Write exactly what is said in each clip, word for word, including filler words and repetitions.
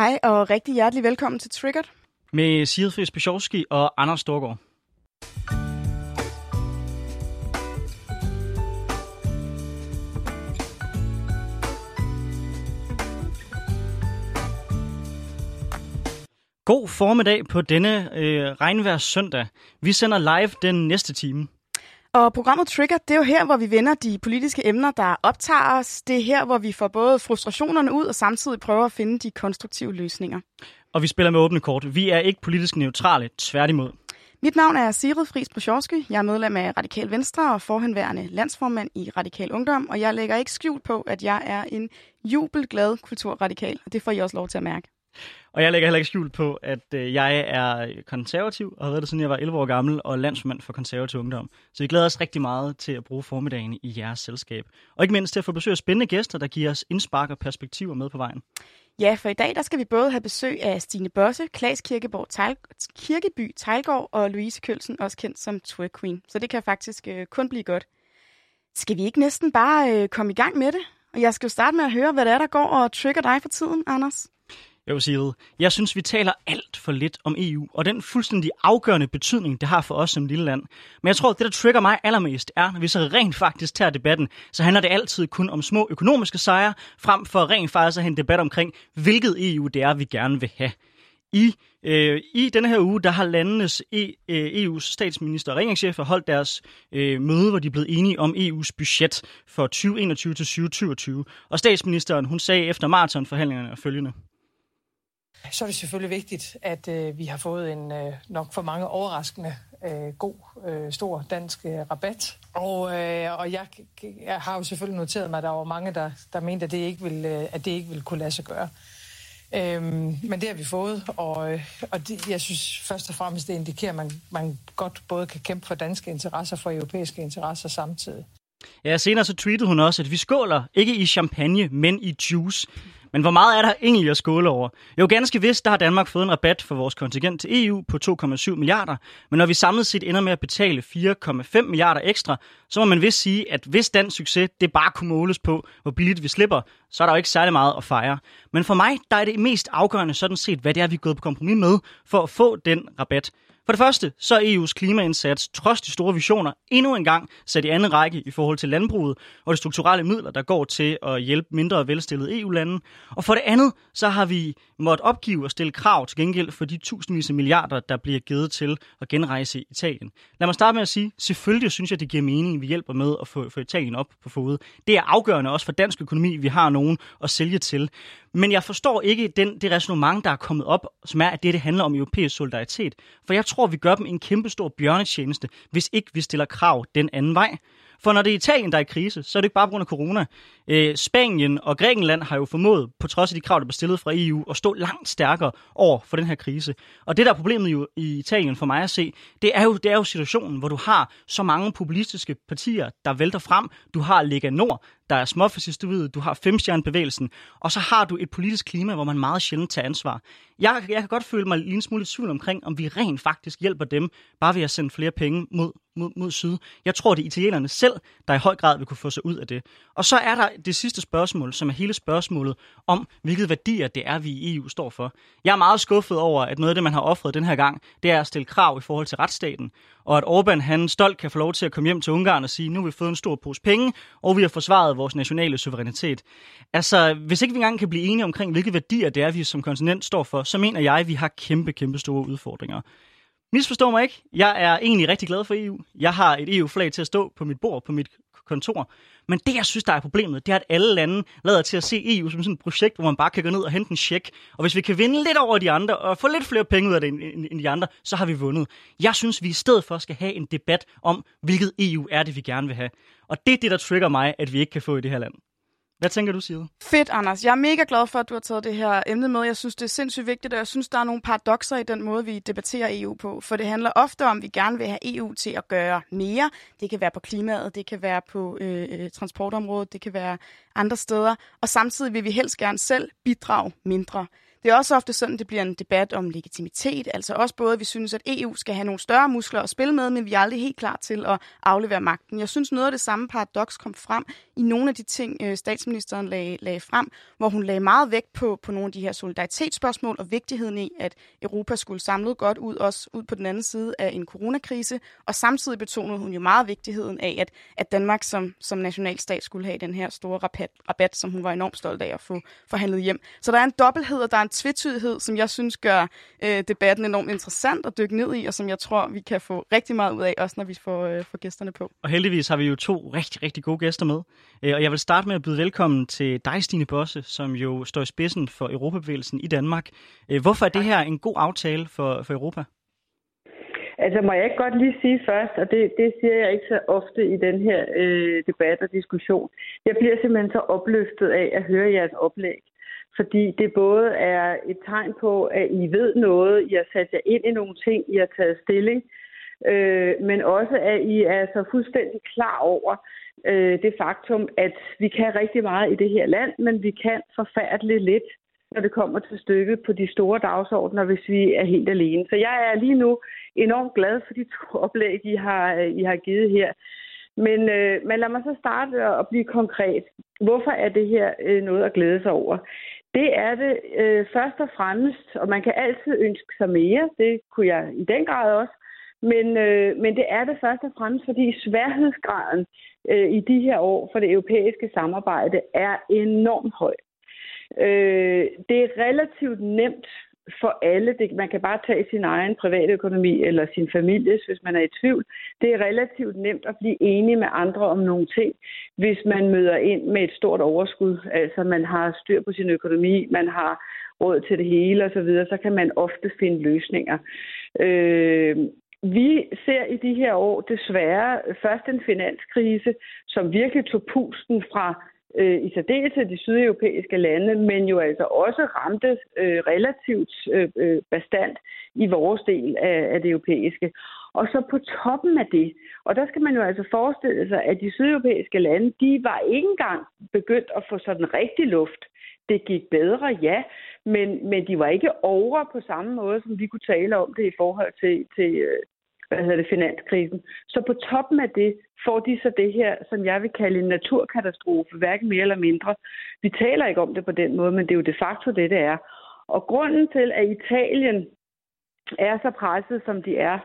Hej og rigtig hjertelig velkommen til Triggered. Med Sigrid Friis Pechowski og Anders Storgård. God formiddag på denne øh, regnværs søndag. Vi sender live den næste time. Og programmet Trigger, det er jo her, hvor vi vender de politiske emner, der optager os. Det er her, hvor vi får både frustrationerne ud og samtidig prøver at finde de konstruktive løsninger. Og vi spiller med åbne kort. Vi er ikke politisk neutrale, tværtimod. Mit navn er Sigrid Friis Pechowski. Jeg er medlem af Radikal Venstre og forhenværende landsformand i Radikal Ungdom. Og jeg lægger ikke skjult på, at jeg er en jubelglad kulturradikal. Og det får I også lov til at mærke. Og jeg lægger heller ikke skjult på, at øh, jeg er konservativ og har været det, siden jeg var elleve år gammel og landsformand for Konservativ Ungdom. Så vi glæder os rigtig meget til at bruge formiddagen i jeres selskab. Og ikke mindst til at få besøg af spændende gæster, der giver os indspark og perspektiver med på vejen. Ja, for i dag der skal vi både have besøg af Stine Bosse, Claes Kirkeborg Teil, Kirkeby Teilgaard og Louise Kølsen, også kendt som Twerk Queen. Så det kan faktisk øh, kun blive godt. Skal vi ikke næsten bare øh, komme i gang med det? Og jeg skal jo starte med at høre, hvad det er, der går og trigger dig for tiden, Anders. Jeg sige, jeg synes, vi taler alt for lidt om E U, og den fuldstændig afgørende betydning, det har for os som lille land. Men jeg tror, at det, der trigger mig allermest, er, når vi så rent faktisk tager debatten, så handler det altid kun om små økonomiske sejre, frem for rent faktisk at have en debat omkring, hvilket E U det er, vi gerne vil have. I, øh, I denne her uge, der har landenes e, øh, E U's statsminister og regeringschefer holdt deres øh, møde, hvor de er blevet enige om E U's budget for tyve enogtyve til tyve toogtyve. Og statsministeren, hun sagde efter maratonforhandlingerne følgende. Så er det selvfølgelig vigtigt, at øh, vi har fået en øh, nok for mange overraskende øh, god, øh, stor dansk øh, rabat. Og, øh, og jeg, jeg har jo selvfølgelig noteret mig, at der var mange, der, der mente, at det, ikke ville, øh, at det ikke ville kunne lade sig gøre. Øhm, men det har vi fået, og, øh, og det, jeg synes først og fremmest, det indikerer, at man, man godt både kan kæmpe for danske interesser og for europæiske interesser samtidig. Ja, senere så tweetede hun også, at vi skåler ikke i champagne, men i juice. Men hvor meget er der egentlig at skåle over? Jo, ganske vist, der har Danmark fået en rabat for vores kontingent til E U på to komma syv milliarder. Men når vi samlet set ender med at betale fire komma fem milliarder ekstra, så må man vist sige, at hvis dansk succes det bare kunne måles på, hvor billigt vi slipper, så er der jo ikke særlig meget at fejre. Men for mig, der er det mest afgørende sådan set, hvad det er, vi er gået på kompromis med for at få den rabat. For det første, så er E U's klimaindsats, trods de store visioner, endnu en gang sat i anden række i forhold til landbruget og de strukturelle midler, der går til at hjælpe mindre velstillede E U-lande. Og for det andet, så har vi måttet opgive og stille krav til gengæld for de tusindvis af milliarder, der bliver givet til at genrejse Italien. Lad mig starte med at sige, selvfølgelig synes jeg, det giver mening, at vi hjælper med at få, få Italien op på fod. Det er afgørende også for dansk økonomi, vi har nogen at sælge til. Men jeg forstår ikke den, det ræsonnement, der er kommet op, som er, at det, det handler om europæisk solidaritet. For jeg tror, vi gør dem en kæmpestor bjørnetjeneste, hvis ikke vi stiller krav den anden vej. For når det er Italien, der er i krise, så er det ikke bare på grund af corona. Øh, Spanien og Grækenland har jo formået, på trods af de krav, der blev stillet fra E U, at stå langt stærkere over for den her krise. Og det, der er problemet jo i Italien for mig at se, det er jo, det er jo situationen, hvor du har så mange populistiske partier, der vælter frem. Du har Lega Nord, der er småfascistoidet, du har femstjernebevægelsen, og så har du et politisk klima, hvor man meget sjældent tager ansvar. Jeg, jeg kan godt føle mig en smule i tvivl omkring, om vi rent faktisk hjælper dem, bare ved at sende flere penge mod, mod, mod syd. Jeg tror, det er italienerne selv, der i høj grad vil kunne få sig ud af det. Og så er der det sidste spørgsmål, som er hele spørgsmålet om, hvilke værdier det er, vi i E U står for. Jeg er meget skuffet over, at noget af det, man har offret den her gang, det er at stille krav i forhold til retsstaten, og at Orbán han stolt kan få lov til at komme hjem til Ungarn og sige, nu har vi fået en stor pose penge, og vi har forsvaret vores nationale suverænitet. Altså, hvis ikke vi engang kan blive enige omkring, hvilke værdier det er, vi som kontinent står for, så mener jeg, at vi har kæmpe, kæmpe store udfordringer. Misforstå mig ikke. Jeg er egentlig rigtig glad for E U. Jeg har et E U-flag til at stå på mit bord, på mit kontor. Men det, jeg synes, der er problemet, det er, at alle lande lader til at se E U som sådan et projekt, hvor man bare kan gå ned og hente en check. Og hvis vi kan vinde lidt over de andre, og få lidt flere penge ud af det end de andre, så har vi vundet. Jeg synes, vi i stedet for skal have en debat om, hvilket E U er det, vi gerne vil have. Og det er det, der trigger mig, at vi ikke kan få i det her land. Hvad tænker du, Sigrid? Fedt, Anders. Jeg er mega glad for, at du har taget det her emne med. Jeg synes, det er sindssygt vigtigt, og jeg synes, der er nogle paradokser i den måde, vi debatterer E U på. For det handler ofte om, at vi gerne vil have E U til at gøre mere. Det kan være på klimaet, det kan være på øh, transportområdet, det kan være andre steder. Og samtidig vil vi helst gerne selv bidrage mindre. Det er også ofte sådan, det bliver en debat om legitimitet, altså også både, at vi synes, at E U skal have nogle større muskler at spille med, men vi er aldrig helt klar til at aflevere magten. Jeg synes, noget af det samme paradoks kom frem i nogle af de ting, statsministeren lagde, lagde frem, hvor hun lagde meget vægt på, på nogle af de her solidaritetsspørgsmål og vigtigheden i, at Europa skulle samlet godt ud, også ud på den anden side af en coronakrise, og samtidig betonede hun jo meget vigtigheden af, at, at Danmark som, som nationalstat skulle have den her store rabat, rabat, som hun var enormt stolt af at få forhandlet hjem. Så der er en dobbelthed, og der er en tvetydighed, som jeg synes gør øh, debatten enormt interessant at dykke ned i, og som jeg tror, vi kan få rigtig meget ud af, også når vi får, øh, får gæsterne på. Og heldigvis har vi jo to rigtig, rigtig gode gæster med. Og jeg vil starte med at byde velkommen til dig, Stine Bosse, som jo står i spidsen for Europabevægelsen i Danmark. Hvorfor er det her en god aftale for, for Europa? Altså må jeg ikke godt lige sige først, og det, det siger jeg ikke så ofte i den her øh, debat og diskussion. Jeg bliver simpelthen så opløftet af at høre jeres oplæg. Fordi det både er et tegn på, at I ved noget, I har sat jer ind i nogle ting, I har taget stilling, øh, men også at I er så fuldstændig klar over øh, det faktum, at vi kan rigtig meget i det her land, men vi kan forfærdeligt lidt, når det kommer til stykket på de store dagsordner, hvis vi er helt alene. Så jeg er lige nu enormt glad for de to oplæg, I har, I har givet her. Men, øh, men lad mig så starte og blive konkret. Hvorfor er det her øh, noget at glæde sig over? Det er det øh, først og fremmest, og man kan altid ønske sig mere, det kunne jeg i den grad også, men, øh, men det er det først og fremmest, fordi sværhedsgraden øh, i de her år for det europæiske samarbejde er enormt høj. Øh, det er relativt nemt for alle. Det, man kan bare tage sin egen private økonomi eller sin families, hvis man er i tvivl. Det er relativt nemt at blive enige med andre om nogle ting, hvis man møder ind med et stort overskud. Altså man har styr på sin økonomi, man har råd til det hele osv., så kan man ofte finde løsninger. Øh, vi ser i de her år desværre først en finanskrise, som virkelig tog pusten fra i særdeleshed de sydeuropæiske lande, men jo altså også ramte øh, relativt øh, bastant i vores del af, af det europæiske. Og så på toppen af det, og der skal man jo altså forestille sig, at de sydeuropæiske lande, de var ikke engang begyndt at få sådan rigtig luft. Det gik bedre, ja, men, men de var ikke over på samme måde, som vi kunne tale om det i forhold til, til hvad hedder det, finanskrisen. Så på toppen af det får de så det her, som jeg vil kalde en naturkatastrofe, hverken mere eller mindre. Vi taler ikke om det på den måde, men det er jo de facto det, det er. Og grunden til, at Italien er så presset, som de er,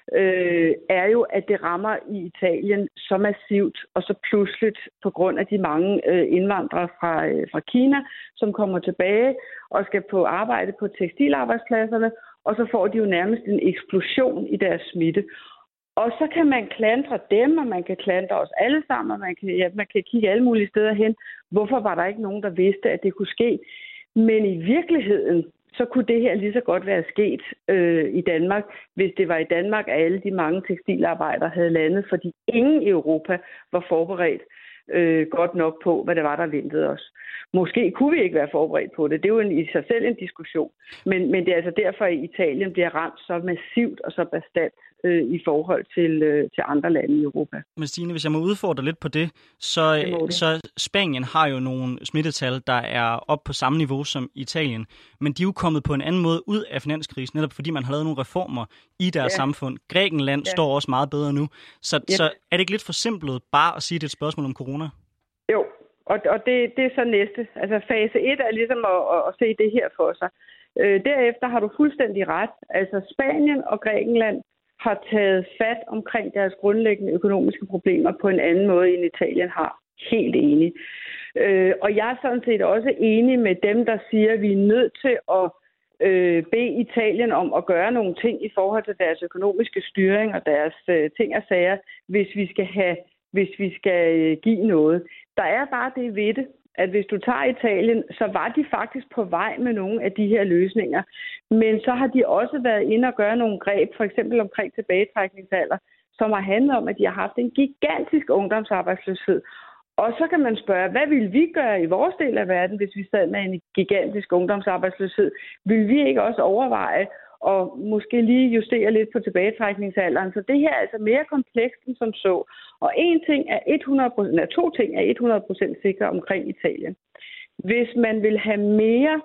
øh, er jo, at det rammer i Italien så massivt og så pludseligt på grund af de mange øh, indvandrere fra, øh, fra Kina, som kommer tilbage og skal på arbejde på tekstilarbejdspladserne, og så får de jo nærmest en eksplosion i deres smitte. Og så kan man klandre dem, og man kan klandre os alle sammen, og man kan, ja, man kan kigge alle mulige steder hen. Hvorfor var der ikke nogen, der vidste, at det kunne ske? Men i virkeligheden, så kunne det her lige så godt være sket øh, i Danmark, hvis det var i Danmark, at alle de mange tekstilarbejdere havde landet, fordi ingen i Europa var forberedt øh, godt nok på, hvad det var, der ventede os. Måske kunne vi ikke være forberedt på det. Det er jo en, i sig selv en diskussion. Men, men det er altså derfor, at Italien bliver ramt så massivt og så bastant øh, i forhold til, øh, til andre lande i Europa. Men Stine, hvis jeg må udfordre lidt på det, så, det det. så Spanien har jo nogle smittetal, der er op på samme niveau som Italien. Men de er jo kommet på en anden måde ud af finanskrisen, netop fordi man har lavet nogle reformer i deres ja. samfund. Grækenland ja. står også meget bedre nu. Så, yep. så er det ikke lidt forsimplet bare at sige, det er et spørgsmål om corona? Jo. Og, og det, det er så næste. Altså fase et er ligesom at, at, at se det her for sig. Øh, derefter har du fuldstændig ret. Altså Spanien og Grækenland har taget fat omkring deres grundlæggende økonomiske problemer på en anden måde, end Italien har. Helt enig. Øh, og jeg er sådan set også enig med dem, der siger, at vi er nødt til at øh, bede Italien om at gøre nogle ting i forhold til deres økonomiske styring og deres øh, ting og sager, hvis vi skal have hvis vi skal give noget. Der er bare det ved det, at hvis du tager Italien, så var de faktisk på vej med nogle af de her løsninger. Men så har de også været inde og gøre nogle greb, for eksempel omkring tilbagetrækningsalder, som har handlet om, at de har haft en gigantisk ungdomsarbejdsløshed. Og så kan man spørge, hvad ville vi gøre i vores del af verden, hvis vi sad med en gigantisk ungdomsarbejdsløshed? Vil vi ikke også overveje og måske lige justere lidt på tilbagetrækningsalderen? Så det her er altså mere komplekst end som så. Og en ting er hundrede procent, nej, to ting er hundrede procent sikre omkring Italien. Hvis man vil have mere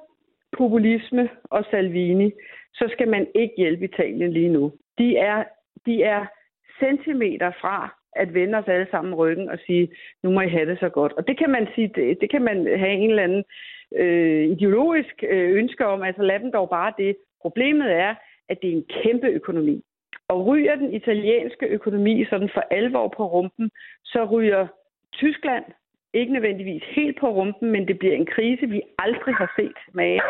populisme og Salvini, så skal man ikke hjælpe Italien lige nu. De er, de er centimeter fra at vende os alle sammen ryggen og sige, nu må I have det så godt. Og det kan man sige, det, det kan man have en eller anden øh, ideologisk øh, ønske om, altså lad dem dog bare det. Problemet er, at det er en kæmpe økonomi. Og ryger den italienske økonomi sådan for alvor på rumpen, så ryger Tyskland ikke nødvendigvis helt på rumpen, men det bliver en krise, vi aldrig har set med.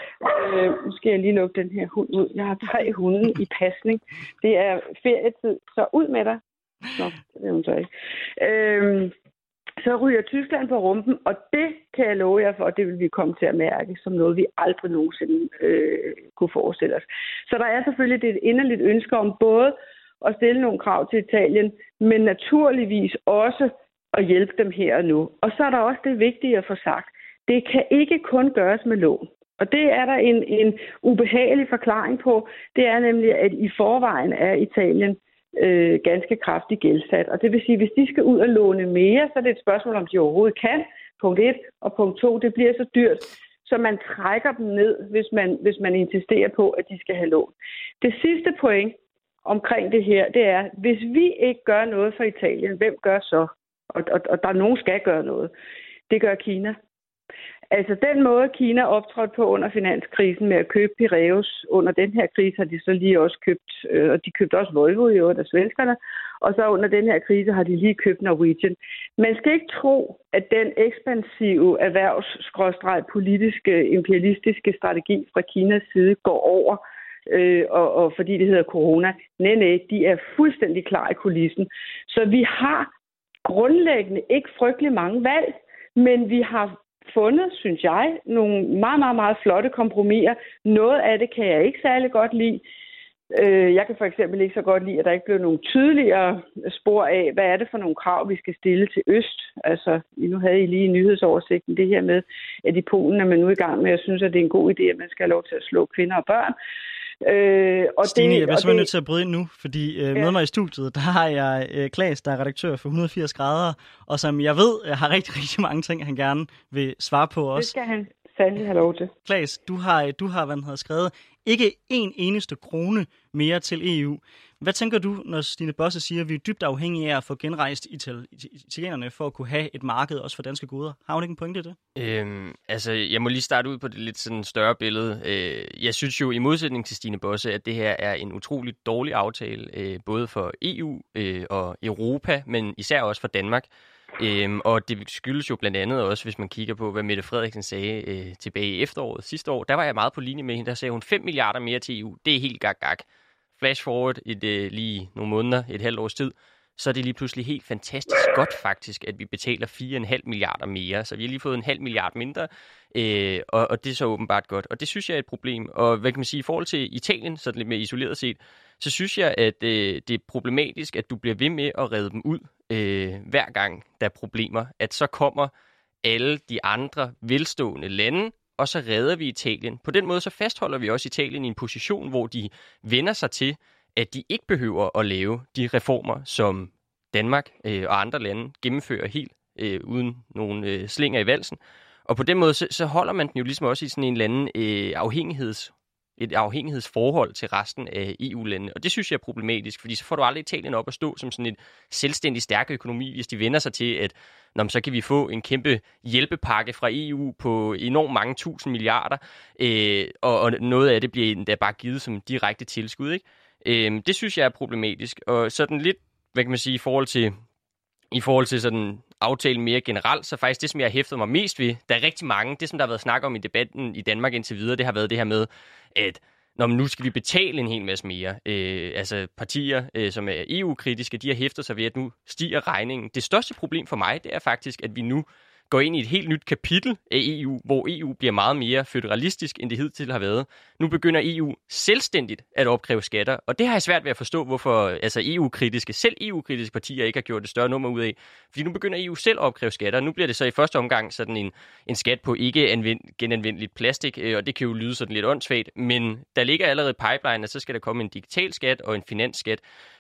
Øh, nu skal jeg lige lukke den her hund ud. Jeg har tre hunde i pasning. Det er ferietid, så ud med dig. Nå, det er hun så ikke. Øh, så ryger Tyskland på rumpen, og det kan jeg love jer for, at det vil vi komme til at mærke som noget, vi aldrig nogensinde øh, kunne forestille os. Så der er selvfølgelig et inderligt ønske om både at stille nogle krav til Italien, men naturligvis også at hjælpe dem her og nu. Og så er der også det vigtige at få sagt. Det kan ikke kun gøres med lån. Og det er der en, en ubehagelig forklaring på. Det er nemlig, at i forvejen er Italien øh, ganske kraftigt gældsat. Og det vil sige, at hvis de skal ud og låne mere, så er det et spørgsmål, om de overhovedet kan. Punkt et. Og punkt to, det bliver så dyrt, så man trækker dem ned, hvis man, hvis man insisterer på, at de skal have lån. Det sidste point omkring det her, det er, hvis vi ikke gør noget for Italien, hvem gør så? Og, og, og der er nogen, der skal gøre noget. Det gør Kina. Altså den måde, Kina optrådte på under finanskrisen med at købe Piraeus under den her krise, har de så lige også købt, øh, og de købte også Volvo i øvrigt af svenskerne, og så under den her krise har de lige købt Norwegian. Man skal ikke tro, at den ekspansive erhvervs-politiske, imperialistiske strategi fra Kinas side går over, øh, og, og fordi det hedder corona. Nej, nej, de er fuldstændig klar i kulissen. Så vi har grundlæggende ikke frygtelig mange valg, men vi har fundet, synes jeg, nogle meget, meget, meget flotte kompromiser. Noget af det kan jeg ikke særlig godt lide. Jeg kan for eksempel ikke så godt lide, at der ikke blev nogle tydeligere spor af, hvad er det for nogle krav, vi skal stille til øst. Altså, nu havde I lige i nyhedsoversigten det her med, at i Polen er man nu i gang med, at synes, at det er en god idé, at man skal have lov til at slå kvinder og børn. Øh, og Stine, det, jeg bliver simpelthen nødt til at bryde ind nu, fordi øh, ja. med mig i studiet, der har jeg øh, Claes, der er redaktør for et hundrede og firs grader, og som jeg ved, har rigtig, rigtig mange ting, han gerne vil svare på også. Det skal han sandelig have lov til. Claes, du har, du har, hvad den hedder, skrevet ikke en eneste krone mere til E U. Hvad tænker du, når Stine Bosse siger, at vi er dybt afhængige af at få genrejst italienerne for at kunne have et marked også for danske goder? Har hun ikke en pointe i det? Øhm, altså, jeg må lige starte ud på det lidt sådan større billede. Øh, jeg synes jo i modsætning til Stine Bosse, at det her er en utrolig dårlig aftale, øh, både for E U øh, og Europa, men især også for Danmark. Øhm, og det skyldes jo blandt andet også, hvis man kigger på, hvad Mette Frederiksen sagde øh, tilbage i efteråret sidste år. Der var jeg meget på linje med hende, der sagde hun fem milliarder mere til E U. Det er helt gak-gak. Flash forward et, øh, lige nogle måneder, et halvt års tid, så er det lige pludselig helt fantastisk godt faktisk, at vi betaler fire komma fem milliarder mere. Så vi har lige fået en halv milliard mindre, øh, og, og det er så åbenbart godt. Og det synes jeg er et problem. Og hvad kan man sige, i forhold til Italien, så lidt mere isoleret set, så synes jeg, at øh, det er problematisk, at du bliver ved med at redde dem ud, øh, hver gang der er problemer. At så kommer alle de andre velstående lande, og så redder vi Italien. På den måde så fastholder vi også Italien i en position, hvor de vender sig til, at de ikke behøver at lave de reformer, som Danmark øh, og andre lande gennemfører helt øh, uden nogen øh, slinger i valsen. Og på den måde så, så holder man den jo ligesom også i sådan en eller anden øh, afhængigheds, et afhængighedsforhold til resten af E U-landene. Og det synes jeg er problematisk, fordi så får du aldrig Italien op at stå som sådan et selvstændig stærk økonomi, hvis de vender sig til, at nå, så kan vi få en kæmpe hjælpepakke fra E U på enormt mange tusind milliarder, øh, og, og noget af det bliver endda bare givet som direkte tilskud, ikke? Øh, det synes jeg er problematisk. Og sådan lidt, hvad kan man sige, i forhold til i forhold til sådan aftalen mere generelt, så faktisk det, som jeg har hæftet mig mest ved, der er rigtig mange, det som der har været snak om i debatten i Danmark indtil videre, det har været det her med, at når nu skal vi betale en hel masse mere. Øh, altså partier, øh, som er E U-kritiske, de har hæftet sig ved, at nu stiger regningen. Det største problem for mig, det er faktisk, at vi nu går ind i et helt nyt kapitel af E U, hvor E U bliver meget mere føderalistisk, end det hidtil har været. Nu begynder E U selvstændigt at opkræve skatter, og det har jeg svært ved at forstå, hvorfor altså E U-kritiske, selv E U-kritiske partier ikke har gjort det større nummer ud af. Fordi nu begynder E U selv at opkræve skatter, og nu bliver det så i første omgang sådan en, en skat på ikke genanvendeligt plastik, og det kan jo lyde sådan lidt åndssvagt, men der ligger allerede i pipeline, at så skal der komme en digital skat og en finansskat.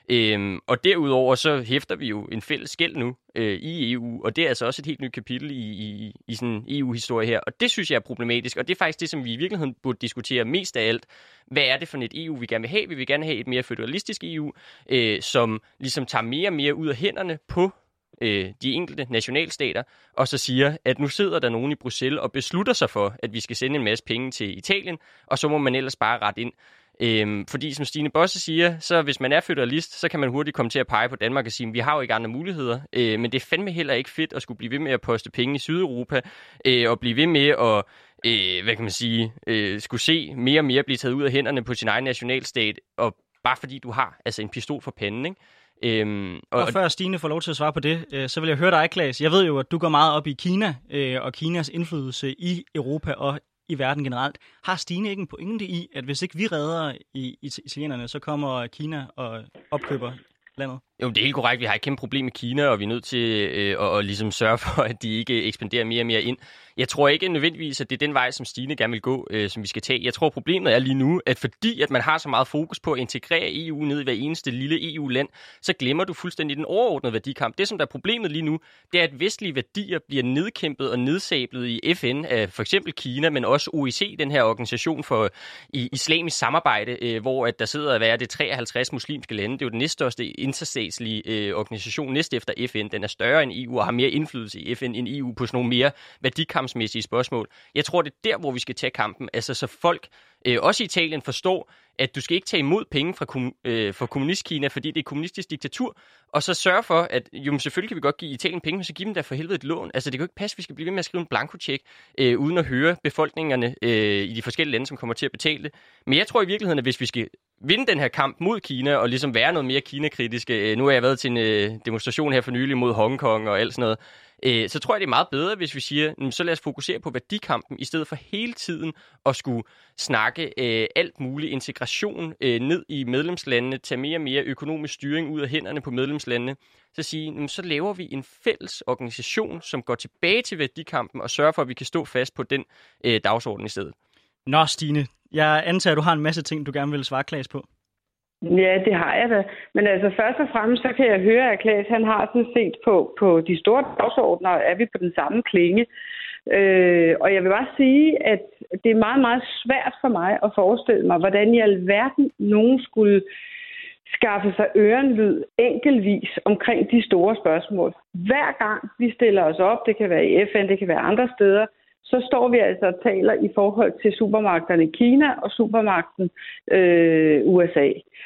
Øhm, og derudover så hæfter vi jo en fælles gæld nu øh, i E U, og det er altså også et helt nyt kapitel i, i, i sådan E U-historie her. Og det synes jeg er problematisk, og det er faktisk det, som vi i virkeligheden burde diskutere mest af alt. Hvad er det for et E U, vi gerne vil have? Vi vil gerne have et mere føderalistisk E U, øh, som ligesom tager mere og mere ud af hænderne på øh, de enkelte nationalstater, og så siger, at nu sidder der nogen i Bruxelles og beslutter sig for, at vi skal sende en masse penge til Italien, og så må man ellers bare rette ind. Øhm, fordi som Stine Bosse siger, så hvis man er føderalist, så kan man hurtigt komme til at pege på Danmark og sige, at vi har jo ikke andre muligheder, øh, men det er fandme heller ikke fedt at skulle blive ved med at poste penge i Sydeuropa, øh, og blive ved med at, øh, hvad kan man sige, øh, skulle se mere og mere blive taget ud af hænderne på sin egen nationalstat, og bare fordi du har altså en pistol for panden, ikke? Øhm, og, og før Stine får lov til at svare på det, øh, så vil jeg høre dig, Claes. Jeg ved jo, at du går meget op i Kina øh, og Kinas indflydelse i Europa og i verden generelt. Har Stine ikke en pointe i, at hvis ikke vi redder i, i italienerne, så kommer Kina og opkøber landet? Jo, det er helt korrekt. Vi har et kæmpe problem med Kina, og vi er nødt til øh, at, at ligesom sørge for, at de ikke ekspanderer mere og mere ind. Jeg tror ikke nødvendigvis, at det er den vej, som Stine gerne vil gå, øh, som vi skal tage. Jeg tror, problemet er lige nu, at fordi at man har så meget fokus på at integrere E U ned i hver eneste lille E U-land, så glemmer du fuldstændig den overordnede værdikamp. Det, som der er problemet lige nu, det er, at vestlige værdier bliver nedkæmpet og nedsablet i F N af for eksempel Kina, men også O E C, den her organisation for i, islamisk samarbejde, øh, hvor at der sidder at være det treoghalvtreds muslimske lande. Det er jo den næststørste interstatslige øh, organisation næst efter F N. Den er større end E U og har mere indflydelse i F N end E U på sådan nogle mere værdikampsmæssige spørgsmål. Jeg tror, det er der, hvor vi skal tage kampen. Altså, så folk, øh, også i Italien, forstår, at du skal ikke tage imod penge fra, kom, øh, fra kommunistkina, fordi det er kommunistisk diktatur, og så sørge for, at jo, selvfølgelig kan vi godt give Italien penge, men så give dem der for helvede et lån. Altså, det kan jo ikke passe, at vi skal blive ved med at skrive en blankocheck, øh, uden at høre befolkningerne øh, i de forskellige lande, som kommer til at betale det. Men jeg tror i virkeligheden, at hvis vi skal vinde den her kamp mod Kina, og ligesom være noget mere Kina-kritiske, øh, nu har jeg været til en øh, demonstration her for nylig mod Hongkong og alt sådan noget, øh, så tror jeg, det er meget bedre, hvis vi siger, så lad os fokusere på værdikampen, i stedet for hele tiden at skulle snakke øh, alt muligt integration øh, ned i medlemslandene, tage mere og mere økonomisk styring ud af hænderne på medlemslandene, så sige, så laver vi en fælles organisation, som går tilbage til værdikampen og sørger for, at vi kan stå fast på den øh, dagsorden i stedet. Nå, Stine, jeg antager, at du har en masse ting, du gerne vil svare Claes på. Ja, det har jeg da. Men altså først og fremmest, så kan jeg høre, at Claes, han har sådan set på, på de store dagsordner, er vi på den samme klinge. Øh, og jeg vil bare sige, at det er meget, meget svært for mig at forestille mig, hvordan i alverden nogen skulle skaffe sig ørenlyd enkeltvis omkring de store spørgsmål. Hver gang vi stiller os op, det kan være i F N, det kan være andre steder, så står vi altså og taler i forhold til supermagterne i Kina og supermagten øh, U S A.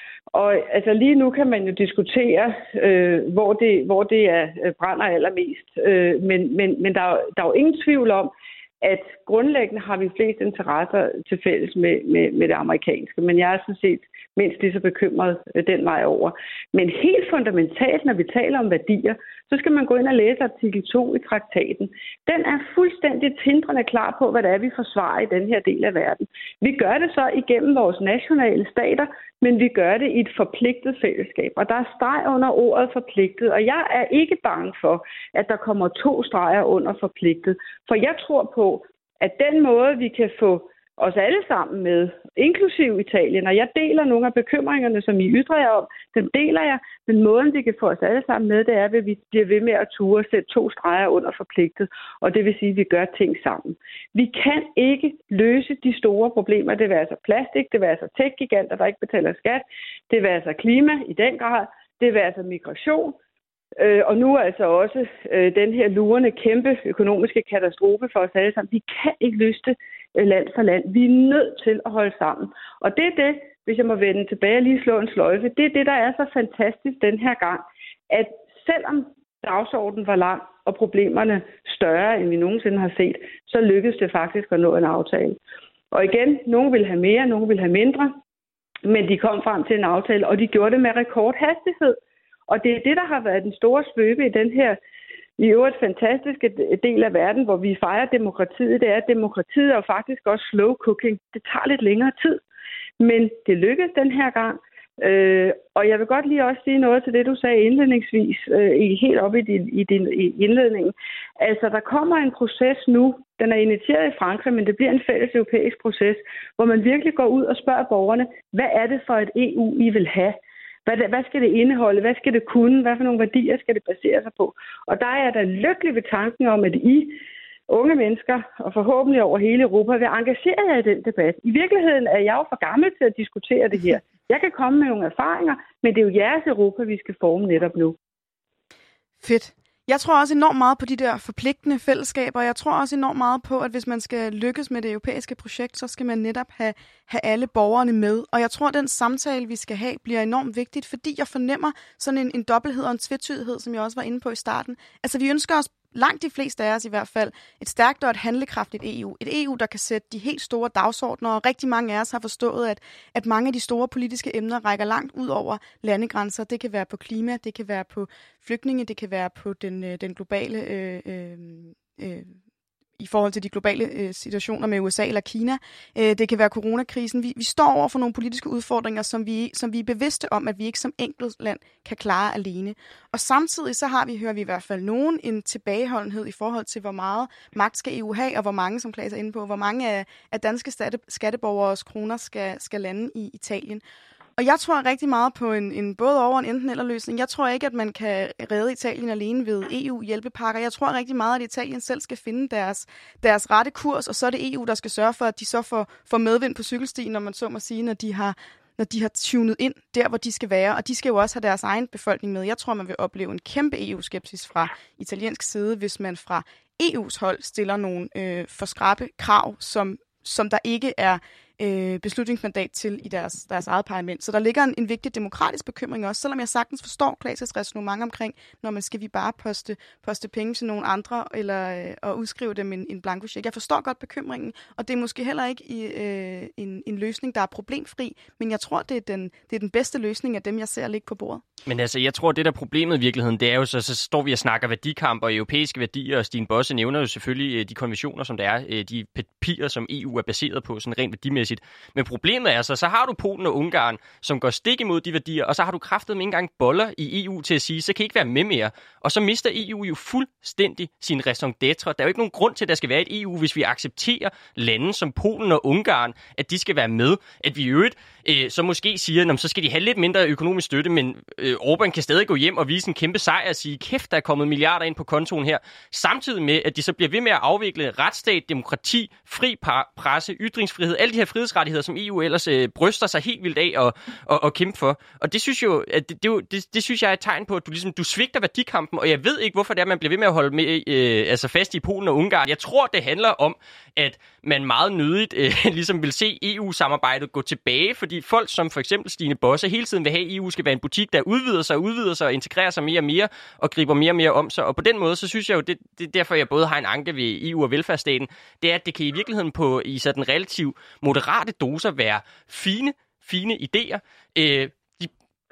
Og altså lige nu kan man jo diskutere, øh, hvor det, hvor det er, brænder allermest. Øh, men men, men der, er, der er jo ingen tvivl om, at grundlæggende har vi flest interesser til fælles med, med, med det amerikanske. Men jeg er sådan set mindst lige så bekymret den vej over. Men helt fundamentalt, når vi taler om værdier, så skal man gå ind og læse artikel to i traktaten. Den er fuldstændig tindrende klar på, hvad det er, vi forsvarer i den her del af verden. Vi gør det så igennem vores nationale stater, men vi gør det i et forpligtet fællesskab. Og der er streg under ordet forpligtet, og jeg er ikke bange for, at der kommer to streger under forpligtet. For jeg tror på, at den måde, vi kan få os alle sammen med, inklusive Italien, og jeg deler nogle af bekymringerne, som I ytrer jer om, dem deler jeg, men måden, vi kan få os alle sammen med, det er, at vi bliver ved med at ture og sætte to streger under forpligtet, og det vil sige, at vi gør ting sammen. Vi kan ikke løse de store problemer, det vil altså plastik, det vil altså tech-giganter, der ikke betaler skat, det vil altså klima i den grad, det vil altså migration, Øh, og nu altså også øh, den her lurende kæmpe økonomiske katastrofe for os alle sammen. Vi kan ikke løse det øh, land for land. Vi er nødt til at holde sammen. Og det er det, hvis jeg må vende tilbage og lige slå en sløjfe, det er det, der er så fantastisk den her gang, at selvom dagsordenen var lang og problemerne større, end vi nogensinde har set, så lykkedes det faktisk at nå en aftale. Og igen, nogen vil have mere, nogen vil have mindre, men de kom frem til en aftale, og de gjorde det med rekordhastighed. Og det er det, der har været den store svøbe i den her i øvrigt fantastiske del af verden, hvor vi fejrer demokratiet. Det er, at demokratiet er jo faktisk også slow cooking. Det tager lidt længere tid, men det lykkedes den her gang. Øh, og jeg vil godt lige også sige noget til det, du sagde indledningsvis, øh, helt op i din, i din i indledning. Altså, der kommer en proces nu. Den er initieret i Frankrig, men det bliver en fælles europæisk proces, hvor man virkelig går ud og spørger borgerne, hvad er det for et E U, I vil have? Hvad, hvad skal det indeholde? Hvad skal det kunne? Hvad for nogle værdier skal det basere sig på? Og der er jeg da lykkelig ved tanken om, at I unge mennesker, og forhåbentlig over hele Europa, vil engagere jer i den debat. I virkeligheden er jeg jo for gammel til at diskutere det her. Jeg kan komme med nogle erfaringer, men det er jo jeres Europa, vi skal forme netop nu. Fedt. Jeg tror også enormt meget på de der forpligtende fællesskaber, og jeg tror også enormt meget på, at hvis man skal lykkes med det europæiske projekt, så skal man netop have, have alle borgerne med. Og jeg tror, at den samtale, vi skal have, bliver enormt vigtigt, fordi jeg fornemmer sådan en, en dobbelthed og en tvetydighed, som jeg også var inde på i starten. Altså, vi ønsker os, langt de fleste af os i hvert fald, et stærkt og et handlekraftigt E U. Et E U, der kan sætte de helt store dagsordner, og rigtig mange af os har forstået, at, at mange af de store politiske emner rækker langt ud over landegrænser. Det kan være på klima, det kan være på flygtninge, det kan være på den, den globale... Øh, øh, øh, i forhold til de globale øh, situationer med U S A eller Kina. Øh, det kan være coronakrisen. Vi, vi står over for nogle politiske udfordringer, som vi, som vi er bevidste om, at vi ikke som enkelt land kan klare alene. Og samtidig så har vi, hører vi i hvert fald nogen, en tilbageholdenhed i forhold til, hvor meget magt skal E U have, og hvor mange, som Claes er inde på, hvor mange af, af danske skatte, skatteborgeres kroner skal, skal lande i Italien. Og jeg tror rigtig meget på en, en både over en enten eller løsning. Jeg tror ikke, at man kan redde Italien alene ved E U-hjælpepakker. Jeg tror rigtig meget, at Italien selv skal finde deres, deres rette kurs, og så er det E U, der skal sørge for, at de så får, får medvind på cykelstien, når man så må sige, når de har når de har tunet ind der, hvor de skal være. Og de skal jo også have deres egen befolkning med. Jeg tror, man vil opleve en kæmpe E U-skepsis fra italiensk side, hvis man fra E U's hold stiller nogle øh, for skrappe krav, som, som der ikke er Øh, beslutningsmandat til i deres, deres eget parlament. Så der ligger en, en vigtig demokratisk bekymring også, selvom jeg sagtens forstår Claes' ræsonnement omkring, når man skal vi bare poste, poste penge til nogle andre, eller øh, og udskrive dem en, en blankocheck. Jeg forstår godt bekymringen, og det er måske heller ikke i, øh, en, en løsning, der er problemfri, men jeg tror, det er, den, det er den bedste løsning af dem, jeg ser ligge på bordet. Men altså, jeg tror, det der problemet i virkeligheden, det er jo så, så står vi og snakker værdikamp og europæiske værdier, og Stine Bosse nævner jo selvfølgelig de konventioner, som der er, de papirer, som E U er baseret på, sådan rent værdimæssigt. Men problemet er så, så har du Polen og Ungarn, som går stik imod de værdier, og så har du kraftedeme ikke engang boller i E U til at sige, så kan I ikke være med mere. Og så mister E U jo fuldstændig sin raison d'être. Der er jo ikke nogen grund til, at der skal være et E U, hvis vi accepterer lande som Polen og Ungarn, at de skal være med. At vi i øvrigt øh, så måske siger, at så skal de have lidt mindre økonomisk støtte, men øh, Orbán kan stadig gå hjem og vise en kæmpe sejr og sige, kæft, der er kommet milliarder ind på kontoen her. Samtidig med, at de så bliver ved med at afvikle retsstat, demokrati, fri presse, ytringsfrihed, alle de her frihedsrettigheder, som E U ellers øh, bryster sig helt vildt af og, og, og kæmpe for. Og det synes jo, at det, det, det, det synes jeg er et tegn på, at du ligesom du svigter værdikampen, og jeg ved ikke, hvorfor det er, man bliver ved med at holde med, øh, altså fast i Polen og Ungarn. Jeg tror, det handler om, at man meget nødigt øh, ligesom vil se E U-samarbejdet gå tilbage, fordi folk som for eksempel Stine Bosse hele tiden vil have, at E U skal være en butik, der udvider sig og udvider sig og integrerer sig mere og mere og griber mere og mere om sig. Og på den måde, så synes jeg jo, det, det er derfor, jeg både har en anke ved E U og velfærdsstaten, det er, at det kan i virkeligheden på i sådan relativt moderate doser være fine, fine idéer. Øh, de,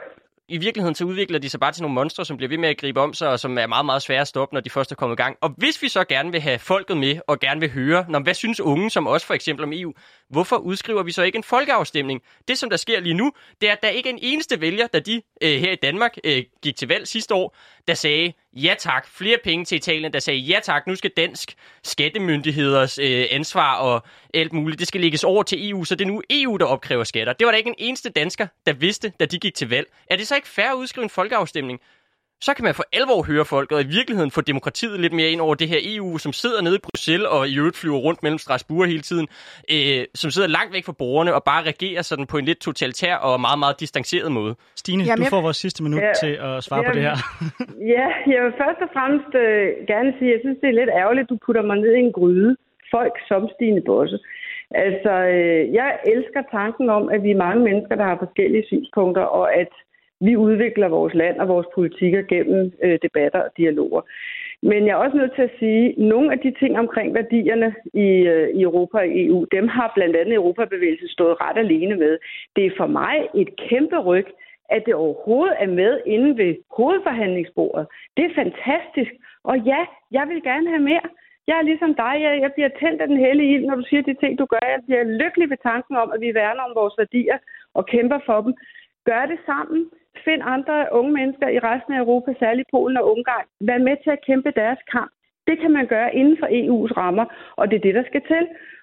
I virkeligheden så udvikler de sig bare til nogle monstre, som bliver ved med at gribe om sig, og som er meget, meget svære at stoppe, når de først er kommet i gang. Og hvis vi så gerne vil have folket med, og gerne vil høre, når, hvad synes unge, som også for eksempel om E U, hvorfor udskriver vi så ikke en folkeafstemning? Det, som der sker lige nu, det er, at der ikke er en eneste vælger, da de øh, her i Danmark øh, gik til valg sidste år, der sagde ja tak, flere penge til Italien, der sagde ja tak, nu skal dansk skattemyndigheders øh, ansvar og alt muligt, det skal lægges over til E U, så det er nu E U, der opkræver skatter. Det var der ikke en eneste dansker, der vidste, da de gik til valg. Er det så ikke fair at udskrive en folkeafstemning? Så kan man for alvor høre folk, og i virkeligheden få demokratiet lidt mere ind over det her E U, som sidder nede i Bruxelles og i øvrigt flyver rundt mellem Strasbourg hele tiden, øh, som sidder langt væk fra borgerne og bare regerer sådan på en lidt totalitær og meget, meget distanceret måde. Stine, Jamen, du får vores sidste minut ja, til at svare ja, på det her. Ja, jeg vil først og fremmest øh, gerne sige, at jeg synes, det er lidt ærgerligt, at du putter mig ned i en gryde. Folk som Stine Bosse. Altså, øh, jeg elsker tanken om, at vi er mange mennesker, der har forskellige synspunkter, og at vi udvikler vores land og vores politikker gennem øh, debatter og dialoger. Men jeg er også nødt til at sige, at nogle af de ting omkring værdierne i, øh, i Europa og E U, dem har blandt andet Europabevægelsen stået ret alene med. Det er for mig et kæmpe ryg, at det overhovedet er med inde ved hovedforhandlingsbordet. Det er fantastisk. Og ja, jeg vil gerne have mere. Jeg er ligesom dig. Jeg, jeg bliver tændt af den hellige ild, når du siger de ting, du gør. Jeg bliver lykkelig ved tanken om, at vi værner om vores værdier og kæmper for dem. Gør det sammen. Find andre unge mennesker i resten af Europa, særligt Polen og Ungarn. Vær med til at kæmpe deres kamp. Det kan man gøre inden for E U's rammer, og det er det, der skal til.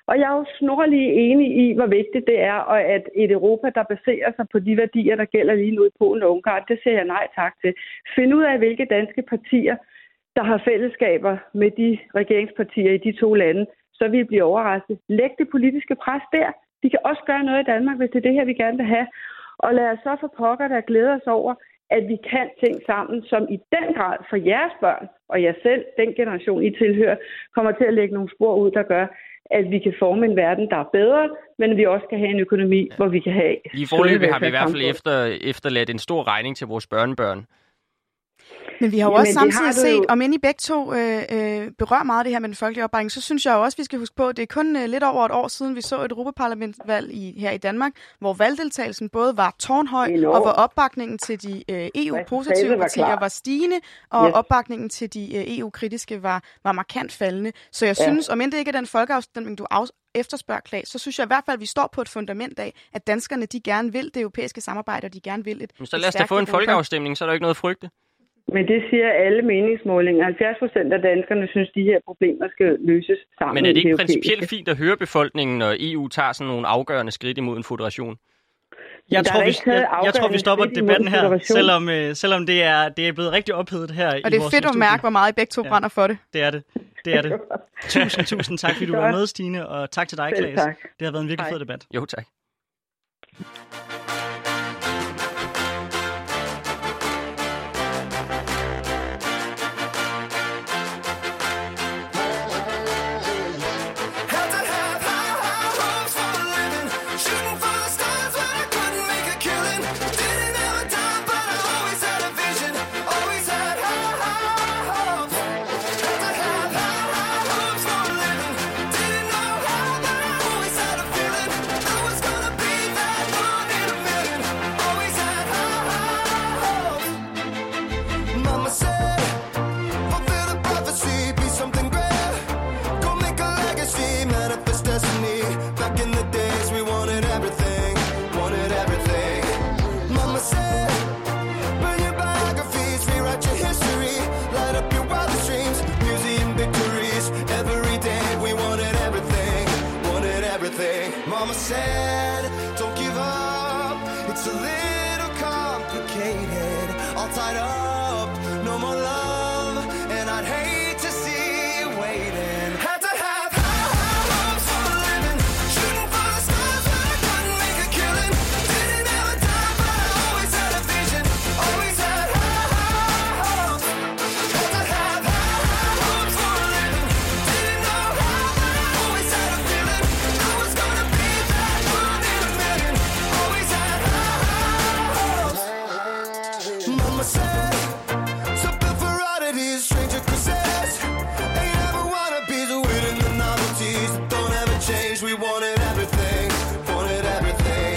Og jeg er jo snorlig enig i, hvor vigtigt det er, og at et Europa, der baserer sig på de værdier, der gælder lige nu i Polen og Ungarn, det siger jeg nej tak til. Find ud af, hvilke danske partier, der har fællesskaber med de regeringspartier i de to lande, så vil I blive overrasket. Læg det politiske pres der. De kan også gøre noget i Danmark, hvis det er det her, vi gerne vil have. Og lad os så for pokker, der glæder os over, at vi kan ting sammen, som i den grad for jeres børn og jer selv, den generation, I tilhører, kommer til at lægge nogle spor ud, der gør, at vi kan forme en verden, der er bedre, men vi også kan have en økonomi, ja. hvor vi kan have... I forløbet har vi i hvert fald efter, efterladt en stor regning til vores børnebørn. Men vi har jo Jamen, også samtidig set, jo... om end I begge to øh, øh, berører meget det her med den folkelige opbakning, så synes jeg jo også, vi skal huske på, at det er kun øh, lidt over et år siden, vi så et europaparlamentsvalg i, her i Danmark, hvor valgdeltagelsen både var tårnhøj, Enorm. og hvor opbakningen til de øh, E U-positive partier var, var stigende, og yes. opbakningen til de øh, E U-kritiske var, var markant faldende. Så jeg synes, ja. om end det ikke er den folkeafstemning, du af, efterspørger, Claes, så synes jeg i hvert fald, at vi står på et fundament af, at danskerne de gerne vil det europæiske samarbejde, og de gerne vil et, Men så lad os da få en folkeafstemning, så er der ikke noget at frygte. Men det siger alle meningsmålinger. halvfjerds procent af danskerne synes, de her problemer skal løses sammen. Men er det ikke principielt fint at høre befolkningen, når E U tager sådan nogle afgørende skridt imod en federation? Jeg tror, vi, jeg, jeg tror, vi stopper debatten her, selvom, øh, selvom det, er, det er blevet rigtig ophedet her. Og det er fedt at mærke, hvor meget I begge to ja, brænder for det. Det er det. Det er det. Tusind, tusind tak, fordi du var med, Stine, og tak til dig, Claes. Det har været en virkelig Hej. fed debat. Jo, tak. Mama said, don't give up, it's a little complicated, all tied up, no more love, and I'd hate to see you waiting. Had to have high, high hopes for a living, shooting for the stars but I couldn't make a killing, didn't have a dime but I always had a vision, always had high, high hopes. Had to have high, high hopes for a living, didn't know how but I always had a feeling, I was gonna be that one in a million, always had high, high hopes. Mama said, something for oddities, stranger cruises, ain't ever wanna be the winning the novelties that don't ever change. We wanted everything, wanted everything.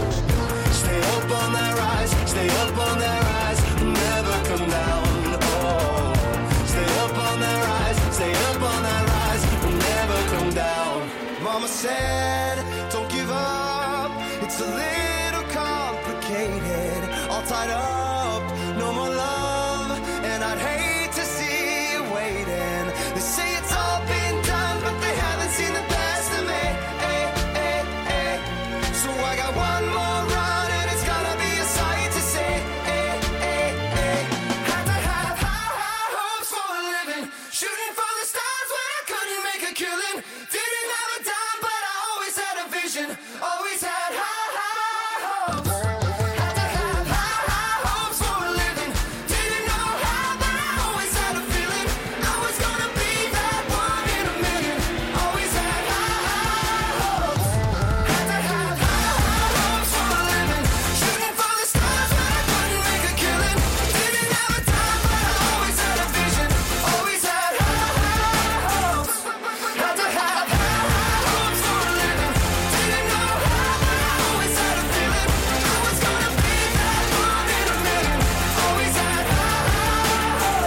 Stay up on that rise, stay up on that rise, never come down. Oh, stay up on that rise, stay up on that rise, never come down. Mama said, don't give up, it's a little complicated, all tied up, no more love, and I'd hate to see you waiting. They say it's all been done, but they haven't seen the best of me. Eh, eh, eh. So I got one more run, and it's gonna be a sight to see. Eh, eh, eh. Had to have high, high hopes for a living, shooting for the stars when I couldn't make a killing. Didn't have a dime, but I always had a vision, always had high, high hopes. Had to have high, high hopes for a living, didn't know how, but I always had a feeling, I was gonna be that one in a million, always had high, high hopes. Had to have high, high hopes for a living, shooting for the stars when I couldn't make a killing. Didn't have a dime, but I always had a vision, always had high, high hopes. Had to have high, high hopes for a living, didn't know how, but I always had a feeling, I was gonna be that one in a million, always had high, high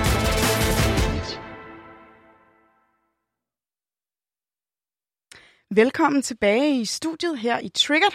hopes. Velkommen tilbage i studiet her i Triggered.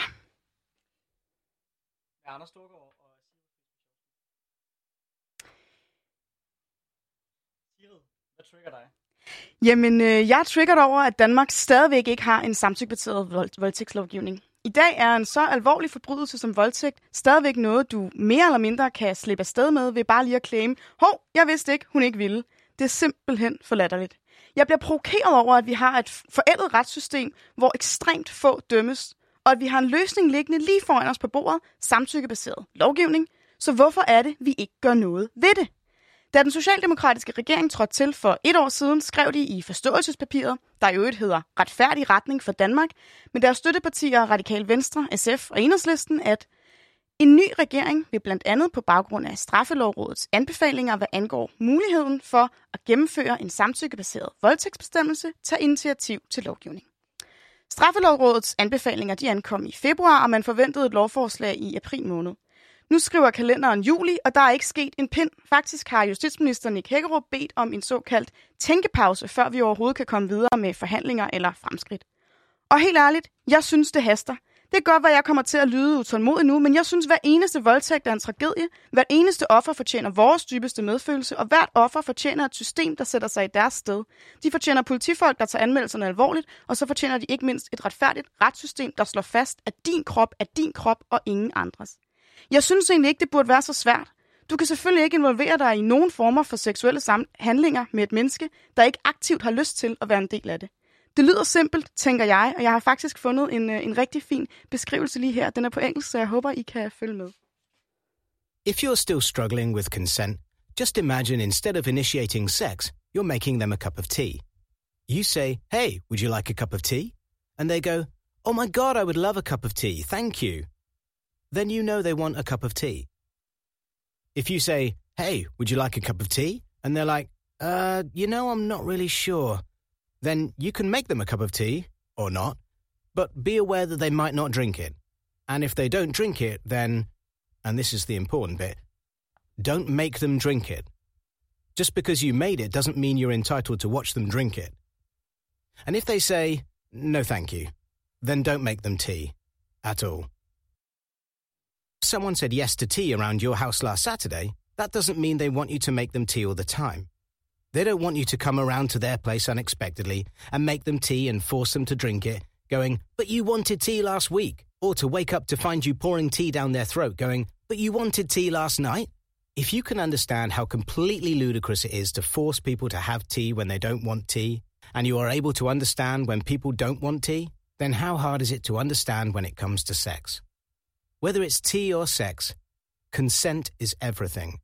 Anders Storgård og Sigrid, hvad trigger dig? Jamen, øh, jeg er triggeret over, at Danmark stadigvæk ikke har en samtykkebaseret vold- voldtægtslovgivning. I dag er en så alvorlig forbrydelse som voldtægt stadigvæk noget, du mere eller mindre kan slippe afsted med ved bare lige at claim, hov, jeg vidste ikke, hun ikke ville. Det er simpelthen for latterligt. Jeg bliver provokeret over, at vi har et forældet retssystem, hvor ekstremt få dømmes, og at vi har en løsning liggende lige foran os på bordet, samtykkebaseret lovgivning. Så hvorfor er det, vi ikke gør noget ved det? Da den socialdemokratiske regering trådte til for et år siden, skrev de i forståelsespapiret, der i øvrigt hedder Retfærdig retning for Danmark, med deres støttepartier Radikale Venstre, S F og Enhedslisten, at en ny regering vil blandt andet på baggrund af Straffelovrådets anbefalinger, hvad angår muligheden for at gennemføre en samtykkebaseret voldtægtsbestemmelse, tage initiativ til lovgivning. Straffelovrådets anbefalinger de ankom i februar, og man forventede et lovforslag i april måned. Nu skriver kalenderen juli, og der er ikke sket en pind. Faktisk har justitsminister Nick Hækkerup bedt om en såkaldt tænkepause, før vi overhovedet kan komme videre med forhandlinger eller fremskridt. Og helt ærligt, jeg synes, det haster. Det er godt, at jeg kommer til at lyde utålmodig nu, men jeg synes, at hver eneste voldtægt er en tragedie. Hvert eneste offer fortjener vores dybeste medfølelse, og hvert offer fortjener et system, der sætter sig i deres sted. De fortjener politifolk, der tager anmeldelserne alvorligt, og så fortjener de ikke mindst et retfærdigt retssystem, der slår fast, at din krop er din krop og ingen andres. Jeg synes egentlig ikke, det burde være så svært. Du kan selvfølgelig ikke involvere dig i nogen former for seksuelle handlinger med et menneske, der ikke aktivt har lyst til at være en del af det. Det lyder simpelt, tænker jeg, og jeg har faktisk fundet en, en rigtig fin beskrivelse lige her. Den er på engelsk, så jeg håber, I kan følge med. If you're still struggling with consent, just imagine instead of initiating sex, you're making them a cup of tea. You say, hey, would you like a cup of tea? And they go, oh my God, I would love a cup of tea, thank you. Then you know they want a cup of tea. If you say, hey, would you like a cup of tea? And they're like, uh, you know, I'm not really sure. Then you can make them a cup of tea, or not, but be aware that they might not drink it. And if they don't drink it, then, and this is the important bit, don't make them drink it. Just because you made it doesn't mean you're entitled to watch them drink it. And if they say, no thank you, then don't make them tea at all. Someone said yes to tea around your house last Saturday, that doesn't mean they want you to make them tea all the time. They don't want you to come around to their place unexpectedly and make them tea and force them to drink it, going, but you wanted tea last week. Or to wake up to find you pouring tea down their throat, going, but you wanted tea last night. If you can understand how completely ludicrous it is to force people to have tea when they don't want tea, and you are able to understand when people don't want tea, then how hard is it to understand when it comes to sex? Whether it's tea or sex, consent is everything.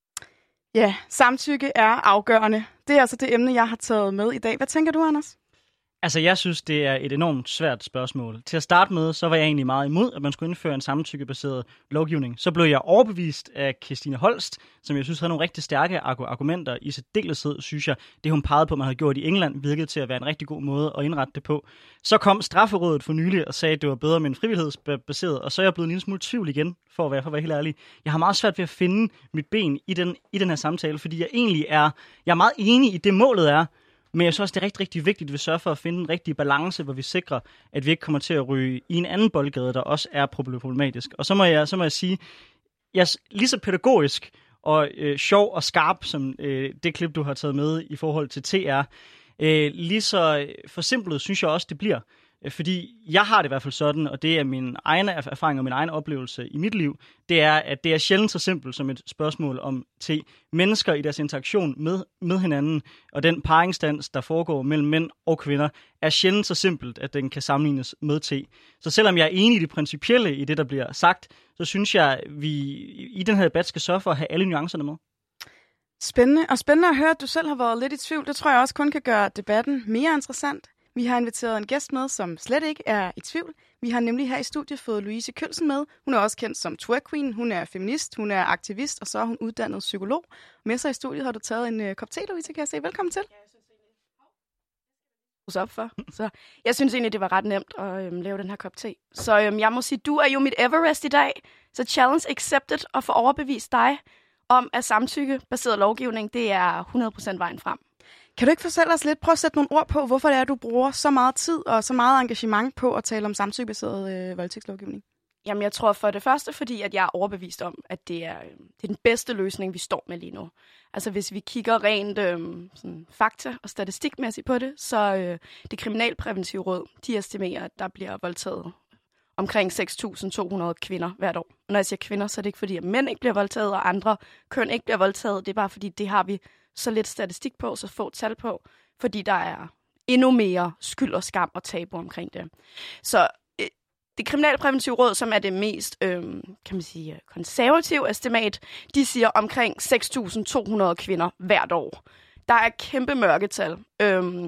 Ja, samtykke er afgørende. Det er altså det emne, jeg har taget med i dag. Hvad tænker du, Anders? Altså, jeg synes, det er et enormt svært spørgsmål. Til at starte med, så var jeg egentlig meget imod, at man skulle indføre en samtykkebaseret lovgivning. Så blev jeg overbevist af Kirstine Holst, som jeg synes havde nogle rigtig stærke argumenter. I særdeleshed, synes jeg, det hun pegede på, man havde gjort i England, virkede til at være en rigtig god måde at indrette det på. Så kom Straffelovrådet for nylig og sagde, at det var bedre med en frivillighedsbaseret, og så er jeg blevet en lille smule tvivl igen, for at være, for at være helt ærlig. Jeg har meget svært ved at finde mit ben i den, i den her samtale, fordi jeg egentlig er, jeg er meget enig i det, målet er. Men jeg synes også, det er rigtig, rigtig vigtigt, at vi sørger for at finde en rigtig balance, hvor vi sikrer, at vi ikke kommer til at ryge i en anden boldgade, der også er problematisk. Og så må jeg, så må jeg sige, jeg er lige så pædagogisk og øh, sjov og skarp, som øh, det klip, du har taget med i forhold til T R, øh, lige så forsimplet synes jeg også, det bliver. Fordi jeg har det i hvert fald sådan, og det er min egen erfaring og min egen oplevelse i mit liv, det er, at det er sjældent så simpelt som et spørgsmål om til mennesker i deres interaktion med, med hinanden, og den paringsdans, der foregår mellem mænd og kvinder, er sjældent så simpelt, at den kan sammenlignes med te. Så selvom jeg er enig i det principielle i det, der bliver sagt, så synes jeg, at vi i den her debat skal sørge for at have alle nuancerne med. Spændende, og spændende at høre, at du selv har været lidt i tvivl. Det tror jeg også kun kan gøre debatten mere interessant. Vi har inviteret en gæst med, som slet ikke er i tvivl. Vi har nemlig her i studiet fået Louise Kølsen med. Hun er også kendt som twerk queen, hun er feminist, hun er aktivist, og så er hun uddannet psykolog. Med sig i studiet har du taget en uh, kop te, Louise, kan jeg sige. Velkommen til. Ja, jeg synes egentlig, op for. Så jeg synes egentlig, det var ret nemt at øhm, lave den her kop te. Så øhm, jeg må sige, du er jo mit Everest i dag, så challenge accepted og få overbevist dig om, at samtykkebaseret lovgivning, det er hundrede procent vejen frem. Kan du ikke fortælle os lidt, prøv at sætte nogle ord på, hvorfor det er, du bruger så meget tid og så meget engagement på at tale om samtykkebaseret øh, voldtægtslovgivning? Jamen, jeg tror for det første, fordi at jeg er overbevist om, at det er, det er den bedste løsning, vi står med lige nu. Altså, hvis vi kigger rent øhm, sådan, fakta- og statistikmæssigt på det, så øh, det kriminalpræventive råd, de estimerer, at der bliver voldtaget omkring seks tusind to hundrede kvinder hvert år. Og når jeg siger kvinder, så er det ikke fordi, at mænd ikke bliver voldtaget, og andre køn ikke bliver voldtaget. Det er bare fordi, det har vi så lidt statistik på, så få tal på, fordi der er endnu mere skyld og skam og tabu omkring det. Så øh, det kriminalpræventive råd, som er det mest øh, kan man sige, konservative estimat, de siger omkring seks tusind to hundrede kvinder hvert år. Der er kæmpe mørketal. Øh,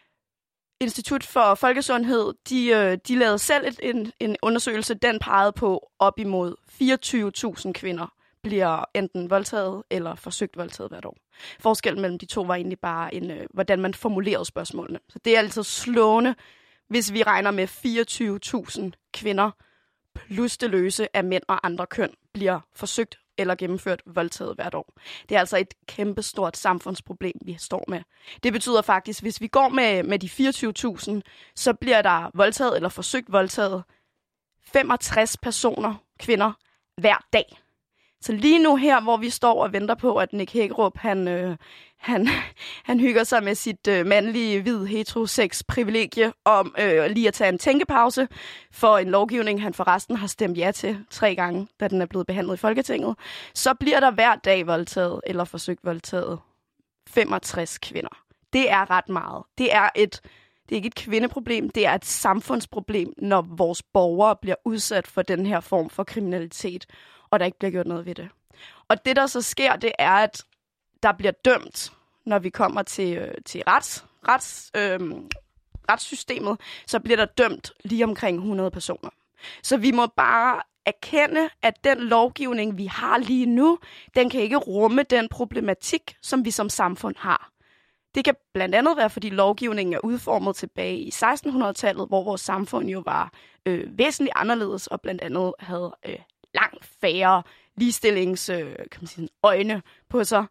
Institut for Folkesundhed, de, øh, de lavede selv et, en, en undersøgelse, den pegede på op imod fireogtyve tusind kvinder bliver enten voldtaget eller forsøgt voldtaget hvert år. Forskellen mellem de to var egentlig bare, en, øh, hvordan man formulerede spørgsmålene. Så det er altså slående, hvis vi regner med fireogtyve tusind kvinder plus det løse af mænd og andre køn bliver forsøgt eller gennemført voldtaget hvert år. Det er altså et kæmpestort samfundsproblem, vi står med. Det betyder faktisk, hvis vi går med, med de fireogtyve tusind, så bliver der voldtaget eller forsøgt voldtaget femogtres personer, kvinder, hver dag. Så lige nu her, hvor vi står og venter på, at Nick Hækkerup, han, øh, han, han hygger sig med sit øh, mandlige, hvid, heterosex privilegie om øh, lige at tage en tænkepause for en lovgivning, han forresten har stemt ja til tre gange, da den er blevet behandlet i Folketinget, så bliver der hver dag voldtaget eller forsøgt voldtaget femogtres kvinder. Det er ret meget. Det er et Det er ikke et kvindeproblem, det er et samfundsproblem, når vores borgere bliver udsat for den her form for kriminalitet, og der ikke bliver gjort noget ved det. Og det, der så sker, det er, at der bliver dømt, når vi kommer til, øh, til rets, rets, øh, retssystemet, så bliver der dømt lige omkring hundrede personer. Så vi må bare erkende, at den lovgivning, vi har lige nu, den kan ikke rumme den problematik, som vi som samfund har. Det kan blandt andet være, fordi lovgivningen er udformet tilbage i sekstenhundredetallet, hvor vores samfund jo var øh, væsentligt anderledes, og blandt andet havde øh, langt færre ligestillings øh, kan man sige, øjne på sig.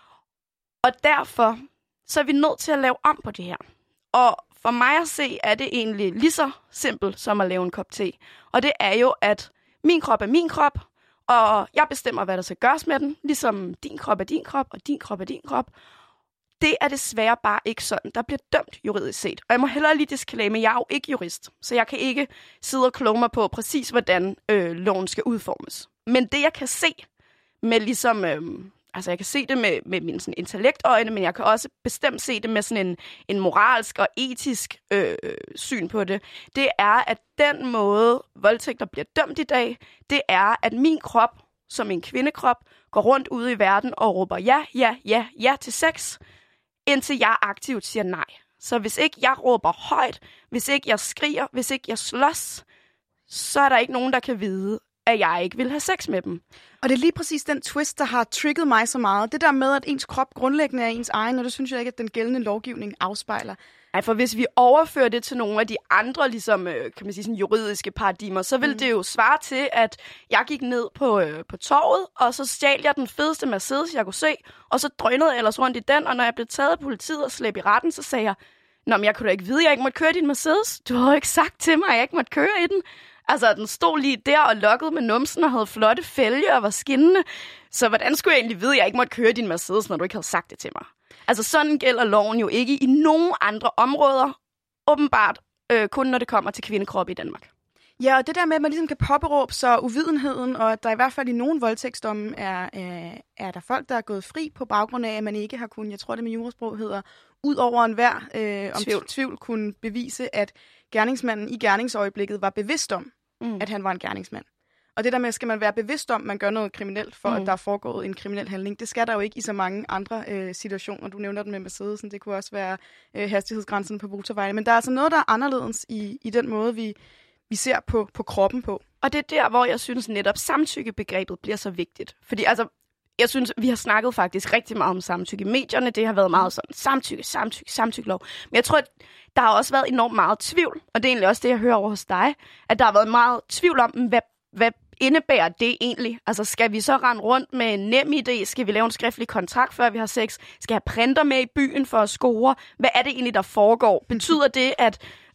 Og derfor så er vi nødt til at lave om på det her. Og for mig at se, er det egentlig lige så simpelt som at lave en kop te. Og det er jo, at min krop er min krop, og jeg bestemmer, hvad der skal gøres med den, ligesom din krop er din krop, og din krop er din krop. Det er desværre bare ikke sådan, der bliver dømt juridisk set. Og jeg må hellere lige disclaimer, jeg er jo ikke jurist, så jeg kan ikke sidde og kloge mig på præcis, hvordan øh, loven skal udformes. Men det, jeg kan se med ligesom, øh, altså jeg kan se det med, med min sådan, intellektøjne, men jeg kan også bestemt se det med sådan en, en moralsk og etisk øh, syn på det, det er, at den måde, voldtægter bliver dømt i dag, det er, at min krop, som en kvindekrop, går rundt ude i verden og råber ja, ja, ja, ja til sex, indtil jeg aktivt siger nej. Så hvis ikke jeg råber højt, hvis ikke jeg skriger, hvis ikke jeg slås, så er der ikke nogen, der kan vide, at jeg ikke vil have sex med dem. Og det er lige præcis den twist, der har trigget mig så meget. Det der med, at ens krop grundlæggende er ens egen, og det synes jeg ikke, at den gældende lovgivning afspejler. Nej, for hvis vi overfører det til nogle af de andre ligesom, kan man sige, sådan juridiske paradigmer, så vil mm. det jo svare til, at jeg gik ned på, øh, på torvet, og så stjal jeg den fedeste Mercedes, jeg kunne se, og så drønede jeg ellers rundt i den, og når jeg blev taget af politiet og slæbt i retten, så sagde jeg, nå, men jeg kunne da ikke vide, at jeg ikke måtte køre din Mercedes. Du havde jo ikke sagt til mig, at jeg ikke måtte køre i den. Altså, den stod lige der og lukkede med numsen og havde flotte fælge og var skinnende. Så hvordan skulle jeg egentlig vide, at jeg ikke måtte køre din Mercedes, når du ikke havde sagt det til mig? Altså, sådan gælder loven jo ikke i nogen andre områder, åbenbart øh, kun når det kommer til kvindekrop i Danmark. Ja, og det der med, at man ligesom kan påberåbe sig uvidenheden, og at der i hvert fald i nogle voldtægtsdomme er, er, er der folk, der er gået fri på baggrund af, at man ikke har kunnet, jeg tror det med jurasprog hedder, ud over enhver øh, om tvivl. tvivl kunne bevise, at gerningsmanden i gerningsøjeblikket var bevidst om, mm. at han var en gerningsmand. Og det der med, skal man være bevidst om, at man gør noget kriminelt, for mm. at der er foregået en kriminel handling, det skal der jo ikke i så mange andre øh, situationer. Du nævner den med Mercedesen, det kunne også være øh, hastighedsgrænsen på motorvejen. Men der er altså noget, der er anderledes i, i den måde, vi, vi ser på, på kroppen på. Og det er der, hvor jeg synes netop samtykkebegrebet bliver så vigtigt. Fordi altså, jeg synes, vi har snakket faktisk rigtig meget om samtykke i medierne. Det har været meget sådan samtykke, samtykke, samtykkelov. Men jeg tror, at der har også været enormt meget tvivl, og det er egentlig også det, jeg hører over hos dig, at der har været meget tvivl om, hvad, hvad indebærer det egentlig? Altså, skal vi så rende rundt med en nem idé? Skal vi lave en skriftlig kontrakt, før vi har sex? Skal jeg have printer med i byen for at score? Hvad er det egentlig, der foregår? Betyder det, at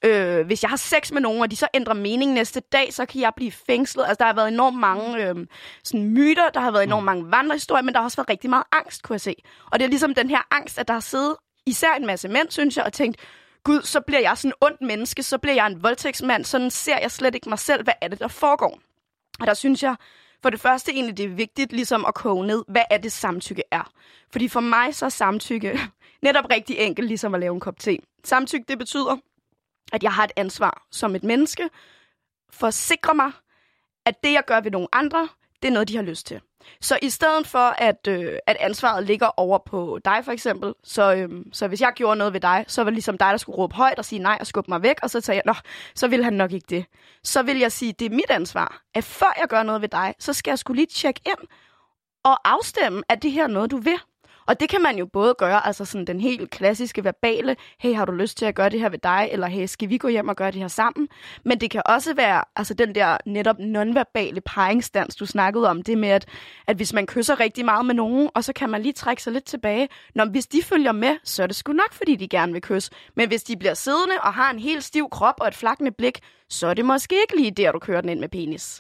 Øh, hvis jeg har sex med nogen, og de så ændrer mening næste dag, så kan jeg blive fængslet. Altså, der har været enormt mange øh, sådan myter, der har været enormt mange vandrehistorier, men der har også været rigtig meget angst, kunne jeg se. Og det er ligesom den her angst, at der har siddet især en masse mænd, synes jeg, og tænkt, gud, så bliver jeg sådan en ondt menneske, så bliver jeg en voldtægtsmand, sådan ser jeg slet ikke mig selv, hvad er det, der foregår? Og der synes jeg, for det første egentlig, det er vigtigt ligesom at koge ned, hvad er det samtykke er. Fordi for mig så er samtykke netop rigtig enkelt, ligesom at lave en kop te. Samtykke, det betyder, at jeg har et ansvar som et menneske for at sikre mig, at det, jeg gør ved nogle andre, det er noget, de har lyst til. Så i stedet for, at, øh, at ansvaret ligger over på dig for eksempel, så, øh, så hvis jeg gjorde noget ved dig, så var det ligesom dig, der skulle råbe højt og sige nej og skubbe mig væk, og så sagde jeg, nå, så vil han nok ikke det. Så vil jeg sige, det er mit ansvar, at før jeg gør noget ved dig, så skal jeg skulle lige tjekke ind og afstemme, at det her er noget, du vil. Og det kan man jo både gøre, altså sådan den helt klassiske verbale, hey, har du lyst til at gøre det her ved dig, eller hey, skal vi gå hjem og gøre det her sammen? Men det kan også være altså den der netop nonverbale pegingstans, du snakkede om, det med, at, at hvis man kysser rigtig meget med nogen, og så kan man lige trække sig lidt tilbage. Når hvis de følger med, så er det sgu nok, fordi de gerne vil kysse. Men hvis de bliver siddende og har en helt stiv krop og et flakkende blik, så er det måske ikke lige der, du kører den ind med penis.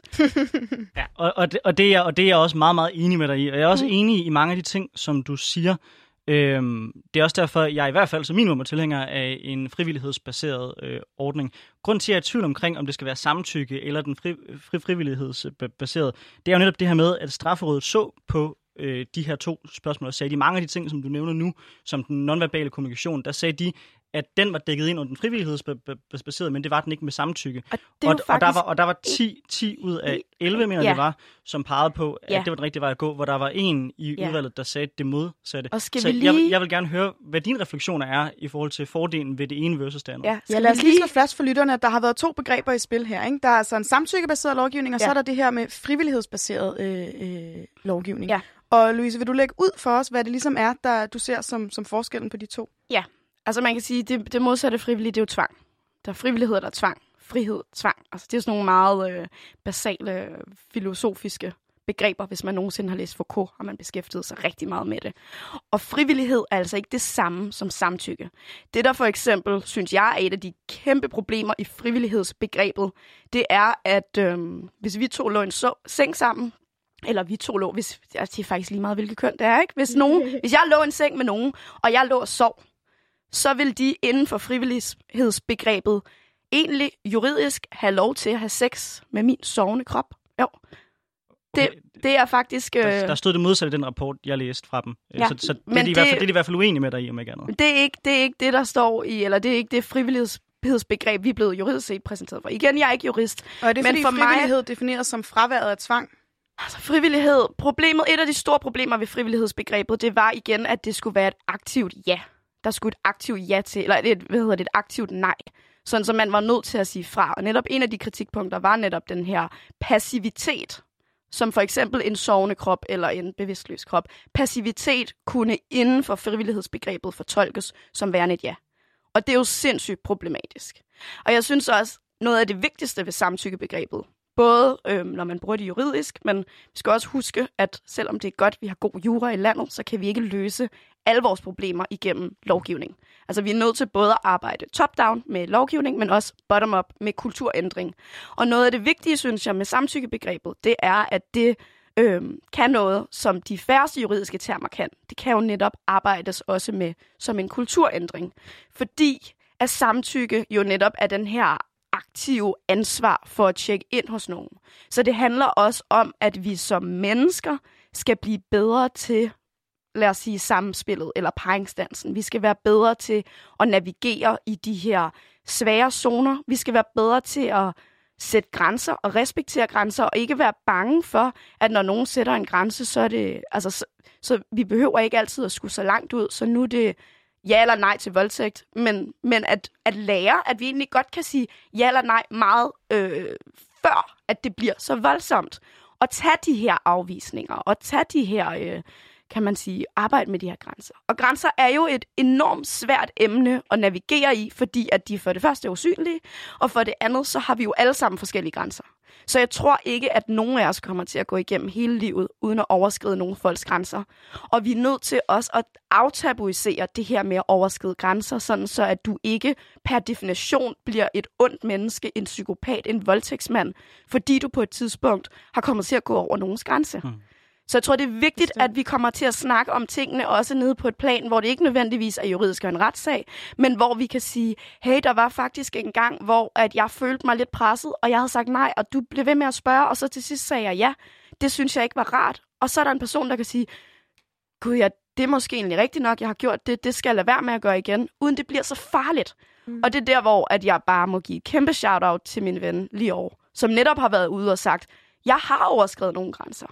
Ja, og, og, det, og, det er, og det er jeg også meget, meget enig med dig i. Og jeg er også mm. enig i mange af de ting, som du siger. Øhm, det er også derfor, jeg i hvert fald som minimum er tilhænger af en frivillighedsbaseret øh, ordning. Grunden til, at jeg er i tvivl omkring, om det skal være samtykke eller den fri, fri, frivillighedsbaserede, det er jo netop det her med, at Straffelovrådet så på øh, de her to spørgsmål, og sagde de mange af de ting, som du nævner nu, som den nonverbale kommunikation, der sagde de, at den var dækket ind under den frivillighedsbaserede, men det var den ikke med samtykke. Og, og, faktisk... og, der, var, og der var ti, ti ud af elleve, mener ja. det var, som pegede på, at ja. det var den rigtige vej at gå, hvor der var en i ja. udvalget, der sagde det modsatte. Og skal Så vi lige... jeg, vil, jeg vil gerne høre, hvad dine refleksioner er i forhold til fordelen ved det ene versus det andet. Ja, ja lad os lige slå fast for lytterne, at der har været to begreber i spil her. Ikke? Der er altså en samtykkebaseret lovgivning, og ja. så er der det her med frivillighedsbaseret øh, øh, lovgivning. Ja. Og Louise, vil du lægge ud for os, hvad det ligesom er, der du ser som, som forskellen på de to? Ja, altså man kan sige, det, det modsatte frivillige, det er jo tvang. Der er frivillighed, der er tvang. Frihed, tvang. Altså det er sådan nogle meget øh, basale filosofiske begreber. Hvis man nogensinde har læst Foucault, har man beskæftiget sig rigtig meget med det. Og frivillighed er altså ikke det samme som samtykke. Det der for eksempel, synes jeg, er et af de kæmpe problemer i frivillighedsbegrebet, det er, at øh, hvis vi to lå en så, seng sammen, eller vi to lå, hvis, det er faktisk lige meget, hvilket køn det er, ikke? Hvis, nogen, hvis jeg lå en seng med nogen, og jeg lå og sov, så vil de inden for frivillighedsbegrebet egentlig juridisk have lov til at have sex med min sovende krop. Jo. Det, okay. det er faktisk... Øh... Der, der stod det modsatte i den rapport, jeg læste fra dem. Ja, så så det, er de det, i hvert fald, det er de i hvert fald uenige med dig i, om ikke andet. Det er ikke det, er ikke det der står i, eller det er ikke det frivillighedsbegreb, vi er blevet juridisk set præsenteret for. Igen, jeg er ikke jurist. Og er det, men fordi for frivillighed mig... defineres som fraværet af tvang? Altså frivillighed, problemet, et af de store problemer ved frivillighedsbegrebet, det var igen, at det skulle være et aktivt ja. Der skulle et aktivt ja til, eller et, hvad hedder det, et aktivt nej. Sådan, så man var nødt til at sige fra. Og netop en af de kritikpunkter var netop den her passivitet, som for eksempel en sovende krop eller en bevidstløs krop. Passivitet kunne inden for frivillighedsbegrebet fortolkes som værende et ja. Og det er jo sindssygt problematisk. Og jeg synes også, noget af det vigtigste ved samtykkebegrebet, både øhm, når man bruger det juridisk, men vi skal også huske, at selvom det er godt, vi har god jura i landet, så kan vi ikke løse alle vores problemer igennem lovgivning. Altså vi er nødt til både at arbejde top-down med lovgivning, men også bottom-up med kulturændring. Og noget af det vigtige, synes jeg, med samtykkebegrebet, det er, at det øhm, kan noget, som de færreste juridiske termer kan. Det kan jo netop arbejdes også med som en kulturændring. Fordi at samtykke jo netop er den her aktive ansvar for at tjekke ind hos nogen. Så det handler også om, at vi som mennesker skal blive bedre til, lad os sige, samspillet eller pegingstansen. Vi skal være bedre til at navigere i de her svære zoner. Vi skal være bedre til at sætte grænser og respektere grænser, og ikke være bange for, at når nogen sætter en grænse, så er det, altså, så, så vi behøver ikke altid at skulle så langt ud, så nu er det ja eller nej til voldtægt, men, men at, at lære, at vi egentlig godt kan sige ja eller nej meget øh, før, at det bliver så voldsomt. Og tage de her afvisninger, og tage de her, øh, kan man sige, arbejde med de her grænser. Og grænser er jo et enormt svært emne at navigere i, fordi at de for det første er usynlige, og for det andet, så har vi jo alle sammen forskellige grænser. Så jeg tror ikke, at nogen af os kommer til at gå igennem hele livet, uden at overskride nogle folks grænser. Og vi er nødt til også at aftabuisere det her med at overskride grænser, sådan så at du ikke per definition bliver et ondt menneske, en psykopat, en voldtægtsmand, fordi du på et tidspunkt har kommet til at gå over nogens grænse. Hmm. Så jeg tror, det er vigtigt, at vi kommer til at snakke om tingene også nede på et plan, hvor det ikke nødvendigvis er juridisk og en retssag, men hvor vi kan sige, hey, der var faktisk en gang, hvor at jeg følte mig lidt presset, og jeg havde sagt nej, og du blev ved med at spørge, og så til sidst sagde jeg ja. Det synes jeg ikke var rart. Og så er der en person, der kan sige, gud ja, det er måske egentlig rigtigt nok, jeg har gjort det, det skal jeg lade være med at gøre igen, uden det bliver så farligt. Mm. Og det er der, hvor at jeg bare må give et kæmpe shout-out til min ven Lior, som netop har været ude og sagt, jeg har overskredet nogle grænser.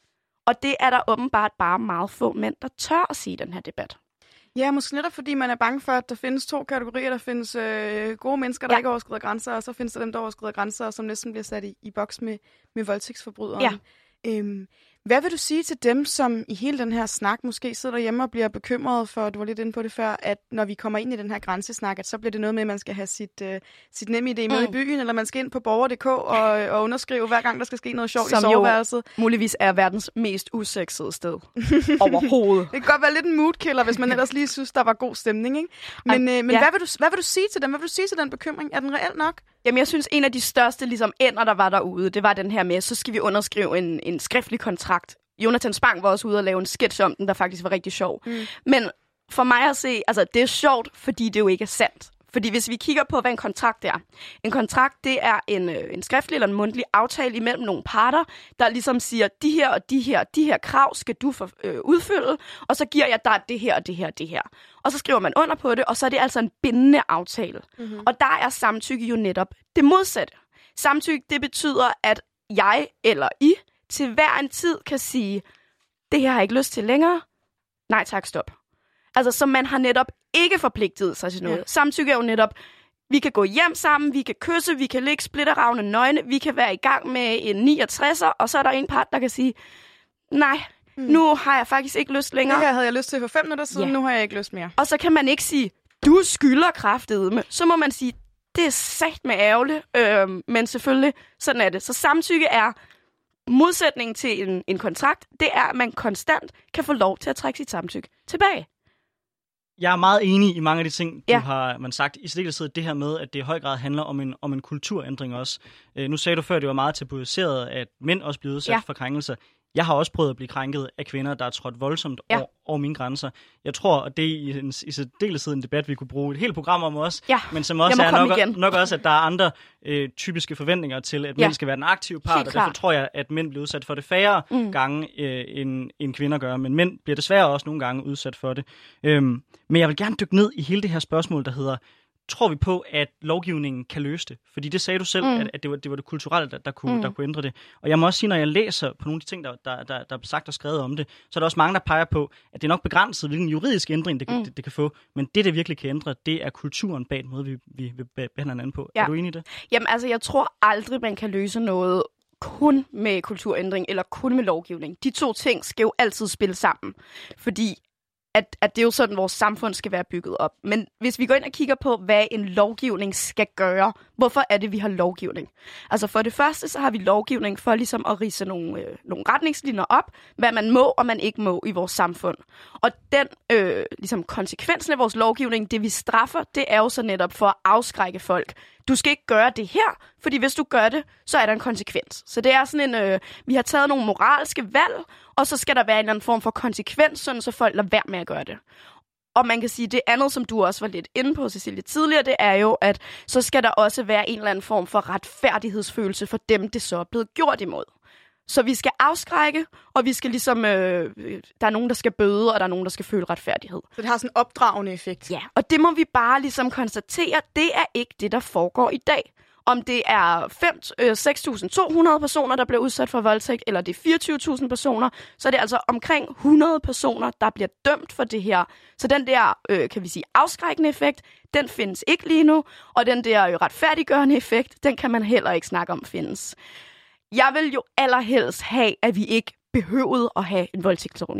Og det er der åbenbart bare meget få mænd, der tør at sige i den her debat. Ja, måske netop fordi man er bange for, at der findes to kategorier. Der findes øh, gode mennesker, der ja. ikke overskrider grænser, og så findes der dem, der overskrider grænser, og som næsten bliver sat i, i boks med, med voldtægtsforbryderen. Ja. Øhm, hvad vil du sige til dem, som i hele den her snak måske sidder hjemme og bliver bekymret for, du var lidt inde på det før, at når vi kommer ind i den her grænsesnak, at så bliver det noget med, at man skal have sit, uh, sit NemID med mm. i byen, eller man skal ind på borger punktum d k og, og underskrive hver gang, der skal ske noget sjovt som i soveværelset. Som muligvis er verdens mest usexede sted overhovedet. Det kan godt være lidt en moodkiller, hvis man ellers lige synes, der var god stemning, ikke? Men, uh, men ja. hvad, vil du, hvad vil du sige til dem? Hvad vil du sige til den bekymring? Er den reelt nok? Jamen, jeg synes, en af de største ligesom, ender, der var derude, det var den her med, så skal vi underskrive en, en skriftlig kontrakt. Jonathan Spang var også ude og lave en sketch om den, der faktisk var rigtig sjov. Mm. Men for mig at se, altså det er sjovt, fordi det jo ikke er sandt. Fordi hvis vi kigger på, hvad en kontrakt er. En kontrakt, det er en, øh, en skriftlig eller en mundtlig aftale imellem nogle parter, der ligesom siger, de her og de her, de her krav skal du for, øh, udfylde, og så giver jeg dig det her og det her og det her. Og så skriver man under på det, og så er det altså en bindende aftale. Mm-hmm. Og der er samtykke jo netop det modsatte. Samtykke, det betyder, at jeg eller I til hver en tid kan sige, det her har jeg ikke lyst til længere. Nej tak, stop. Altså, så man har netop ikke forpligtet sig til noget. Ja. Samtykke er jo netop, vi kan gå hjem sammen, vi kan kysse, vi kan ligge splitteravne nøgne, vi kan være i gang med en niogtresser, og så er der en part, der kan sige, nej, mm. nu har jeg faktisk ikke lyst længere. Det her havde jeg lyst til for fem minutter siden, ja. Nu har jeg ikke lyst mere. Og så kan man ikke sige, du skylder kraftedeme. Så må man sige, det er sagt med ærgerligt, øh, men selvfølgelig, sådan er det. Så samtykke er modsætningen til en, en kontrakt, det er, at man konstant kan få lov til at trække sit samtykke tilbage. Jeg er meget enig i mange af de ting, du ja. har man sagt. I særdeleshed det her med, at det i høj grad handler om en, om en kulturændring også. Øh, nu sagde du før, at det var meget tabuiseret, at mænd også bliver udsat ja. for krænkelser. Jeg har også prøvet at blive krænket af kvinder, der er trådt voldsomt ja. over, over mine grænser. Jeg tror, at det er i, en, i særdeleshed en debat, vi kunne bruge et helt program om også, ja. men som også er nok, nok også, at der er andre øh, typiske forventninger til, at ja. mænd skal være den aktive part, helt og derfor klart. tror jeg, at mænd bliver udsat for det færre mm. gange, øh, end, end kvinder gør. Men mænd bliver desværre også nogle gange udsat for det. Øhm, men jeg vil gerne dykke ned i hele det her spørgsmål, der hedder, tror vi på, at lovgivningen kan løse det? Fordi det sagde du selv, mm. at, at det, var, det var det kulturelle, der, der, kunne, mm. der kunne ændre det. Og jeg må også sige, når jeg læser på nogle af de ting, der, der, der, der er sagt og skrevet om det, så er der også mange, der peger på, at det er nok begrænset, hvilken juridisk ændring det, mm. det, det kan få. Men det, det virkelig kan ændre, det er kulturen bag den måde, vi, vi, vi behandler hinanden på. Ja. Er du enig i det? Jamen altså, jeg tror aldrig, man kan løse noget kun med kulturændring eller kun med lovgivning. De to ting skal jo altid spille sammen. Fordi At, at det er jo sådan, vores samfund skal være bygget op. Men hvis vi går ind og kigger på, hvad en lovgivning skal gøre, hvorfor er det, vi har lovgivning? Altså for det første, så har vi lovgivning for ligesom at ridse nogle, øh, nogle retningslinjer op, hvad man må og man ikke må i vores samfund. Og den øh, ligesom konsekvensen af vores lovgivning, det vi straffer, det er jo så netop for at afskrække folk. Du skal ikke gøre det her, fordi hvis du gør det, så er der en konsekvens. Så det er sådan en, øh, vi har taget nogle moralske valg, og så skal der være en eller anden form for konsekvens, sådan så folk lader være med at gøre det. Og man kan sige, det andet, som du også var lidt inde på, Cecilie, tidligere, det er jo, at så skal der også være en eller anden form for retfærdighedsfølelse for dem, det så er blevet gjort imod. Så vi skal afskrække, og vi skal ligesom, øh, der er nogen, der skal bøde, og der er nogen, der skal føle retfærdighed. Så det har sådan en opdragende effekt. Ja, og det må vi bare ligesom konstatere, det er ikke det, der foregår i dag. Om det er seks tusind to hundrede personer, der bliver udsat for voldtægt, eller det er fireogtyve tusind personer, så er det altså omkring hundrede personer, der bliver dømt for det her. Så den der, øh, kan vi sige, afskrækkende effekt, den findes ikke lige nu, og den der øh, retfærdiggørende effekt, den kan man heller ikke snakke om findes. Jeg vil jo allerhelst have, at vi ikke behøvede at have en voldtægtslovgivning.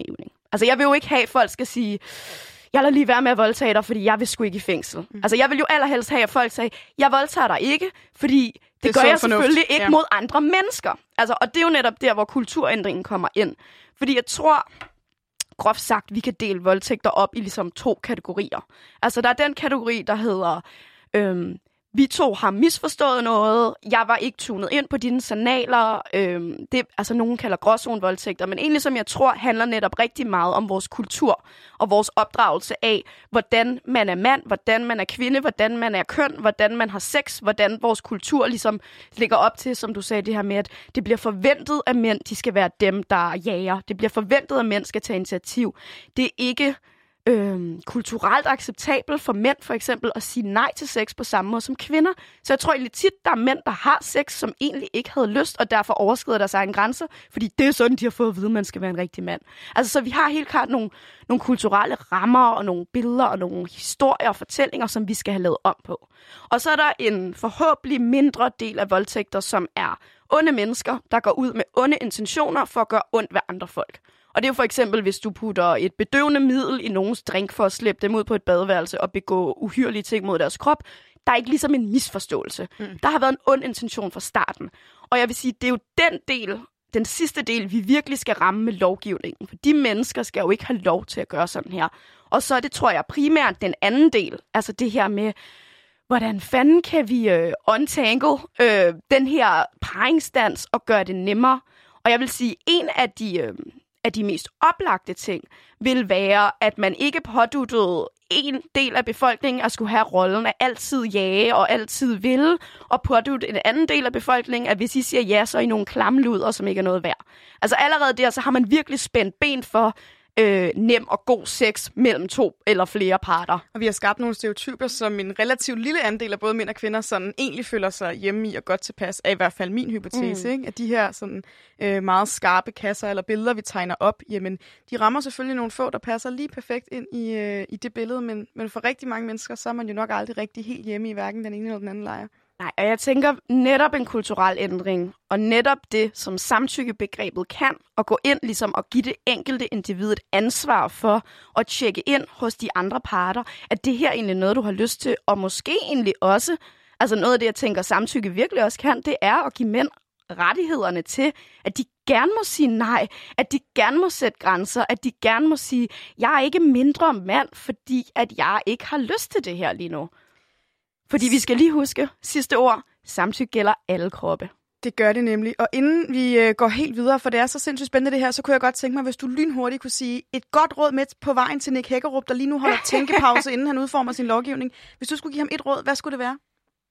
Altså, jeg vil jo ikke have, at folk skal sige, jeg lader lige være med at voldtage dig, fordi jeg vil sgu ikke i fængsel. Mm. Altså, jeg vil jo allerhelst have, at folk siger, jeg voldtager dig ikke, fordi det, det gør jeg fornuft. selvfølgelig ikke ja. mod andre mennesker. Altså, og det er jo netop der, hvor kulturændringen kommer ind. Fordi jeg tror, groft sagt, vi kan dele voldtægter op i ligesom to kategorier. Altså, der er den kategori, der hedder... Øhm, vi to har misforstået noget. Jeg var ikke tunet ind på dine signaler. Øhm, det altså nogen kalder gråzonevoldtægter, men egentlig som jeg tror handler netop rigtig meget om vores kultur og vores opdragelse af, hvordan man er mand, hvordan man er kvinde, hvordan man er køn, hvordan man har sex, hvordan vores kultur ligesom ligger op til, som du sagde det her med, at det bliver forventet af mænd, de skal være dem, der jager. Det bliver forventet, at mænd skal tage initiativ. Det er ikke Øhm, kulturelt acceptabelt for mænd for eksempel at sige nej til sex på samme måde som kvinder. Så jeg tror egentlig tit, der er mænd, der har sex, som egentlig ikke havde lyst, og derfor overskrider deres egen grænser, fordi det er sådan, de har fået at vide, at man skal være en rigtig mand. Altså, så vi har helt klart nogle, nogle kulturelle rammer, og nogle billeder, og nogle historier og fortællinger, som vi skal have lavet om på. Og så er der en forhåbentlig mindre del af voldtægter, som er onde mennesker, der går ud med onde intentioner for at gøre ondt ved andre folk. Og det er jo for eksempel, hvis du putter et bedøvende middel i nogens drink for at slippe dem ud på et badeværelse og begå uhyrlige ting mod deres krop. Der er ikke ligesom en misforståelse. Mm. Der har været en ond intention fra starten. Og jeg vil sige, det er jo den del, den sidste del, vi virkelig skal ramme med lovgivningen. For de mennesker skal jo ikke have lov til at gøre sådan her. Og så er det, tror jeg, primært den anden del. Altså det her med, hvordan fanden kan vi øh, untangle øh, den her paringsdans og gøre det nemmere? Og jeg vil sige, en af de... Øh, af de mest oplagte ting vil være, at man ikke påduttede en del af befolkningen at skulle have rollen af altid jage og altid ville, og pådutte en anden del af befolkningen, at hvis I siger ja, så er I nogle klamluder, som ikke er noget værd. Altså allerede der, så har man virkelig spændt ben for øh, nem og god sex mellem to eller flere parter. Og vi har skabt nogle stereotyper, som en relativt lille andel af både mænd og kvinder sådan egentlig føler sig hjemme i og godt tilpas, er i hvert fald min hypotese, mm. ikke? At de her sådan, øh, meget skarpe kasser eller billeder, vi tegner op, jamen, de rammer selvfølgelig nogle få, der passer lige perfekt ind i, øh, i det billede, men, men for rigtig mange mennesker, så er man jo nok aldrig rigtig helt hjemme i hverken den ene eller den anden lejr. Nej, og jeg tænker netop en kulturel ændring, og netop det, som samtykkebegrebet kan, at gå ind ligesom og give det enkelte individ et ansvar for at tjekke ind hos de andre parter, at det her er egentlig noget, du har lyst til, og måske egentlig også, altså noget af det, jeg tænker samtykke virkelig også kan, det er at give mænd rettighederne til, at de gerne må sige nej, at de gerne må sætte grænser, at de gerne må sige, jeg er ikke mindre mand, fordi at jeg ikke har lyst til det her lige nu. Fordi vi skal lige huske, sidste ord, samtykke gælder alle kroppe. Det gør det nemlig. Og inden vi øh, går helt videre, for det er så sindssygt spændende det her, så kunne jeg godt tænke mig, hvis du lynhurtigt kunne sige et godt råd med på vejen til Nick Hækkerup, der lige nu holder tænkepause, inden han udformer sin lovgivning. Hvis du skulle give ham et råd, hvad skulle det være?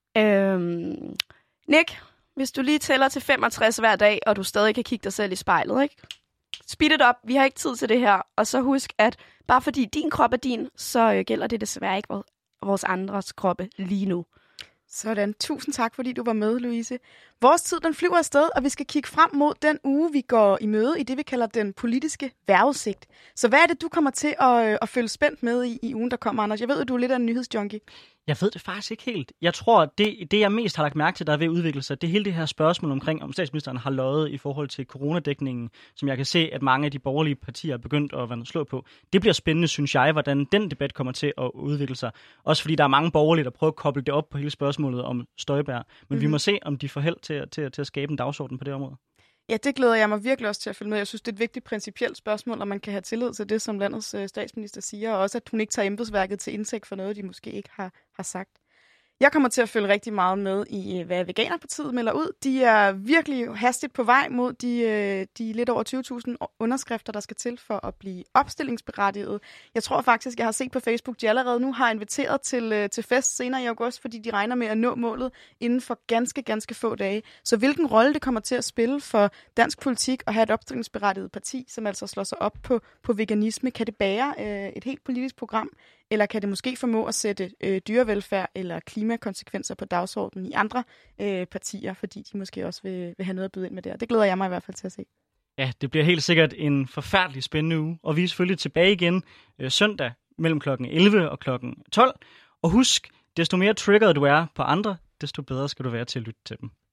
Øhm, Nick, hvis du lige tæller til femogtres hver dag, og du stadig kan kigge dig selv i spejlet, ikke? Speed it up, vi har ikke tid til det her. Og så husk, at bare fordi din krop er din, så øh, gælder det desværre ikke vores andres kroppe lige nu. Sådan. Tusind tak, fordi du var med, Louise. Vores tid, den flyver afsted, og vi skal kigge frem mod den uge, vi går i møde i det, vi kalder den politiske vejrudsigt. Så hvad er det, du kommer til at, at følge spændt med i, i ugen, der kommer, Anders? Jeg ved, at du er lidt af en nyhedsjunkie. Jeg ved det faktisk ikke helt. Jeg tror, det, det jeg mest har lagt mærke til, der er ved at udvikle sig, det er hele det her spørgsmål omkring, om statsministeren har løjet i forhold til coronadækningen, som jeg kan se, at mange af de borgerlige partier er begyndt at slå på. Det bliver spændende, synes jeg, hvordan den debat kommer til at udvikle sig. Også fordi der er mange borgerlige, der prøver at koble det op på hele spørgsmålet om Støjberg. Men mm-hmm. vi må se, om de får held til, til, til at skabe en dagsorden på det område. Ja, det glæder jeg mig virkelig også til at følge med. Jeg synes, det er et vigtigt principielt spørgsmål, om man kan have tillid til det, som landets øh, statsminister siger, og også, at hun ikke tager embedsværket til indtægt for noget, de måske ikke har, har sagt. Jeg kommer til at følge rigtig meget med i, hvad Veganerpartiet melder ud. De er virkelig hastigt på vej mod de, de lidt over tyve tusind underskrifter, der skal til for at blive opstillingsberettiget. Jeg tror faktisk, jeg har set på Facebook, de allerede nu har inviteret til, til fest senere i august, fordi de regner med at nå målet inden for ganske, ganske få dage. Så hvilken rolle det kommer til at spille for dansk politik at have et opstillingsberettiget parti, som altså slår sig op på, på veganisme, kan det bære øh, et helt politisk program? Eller kan det måske formå at sætte øh, dyrevelfærd eller klimakonsekvenser på dagsordenen i andre øh, partier, fordi de måske også vil, vil have noget at byde ind med der. Det glæder jeg mig i hvert fald til at se. Ja, det bliver helt sikkert en forfærdelig spændende uge, og vi er selvfølgelig tilbage igen øh, søndag mellem klokken elleve og klokken tolv. Og husk, desto mere triggered du er på andre, desto bedre skal du være til at lytte til dem.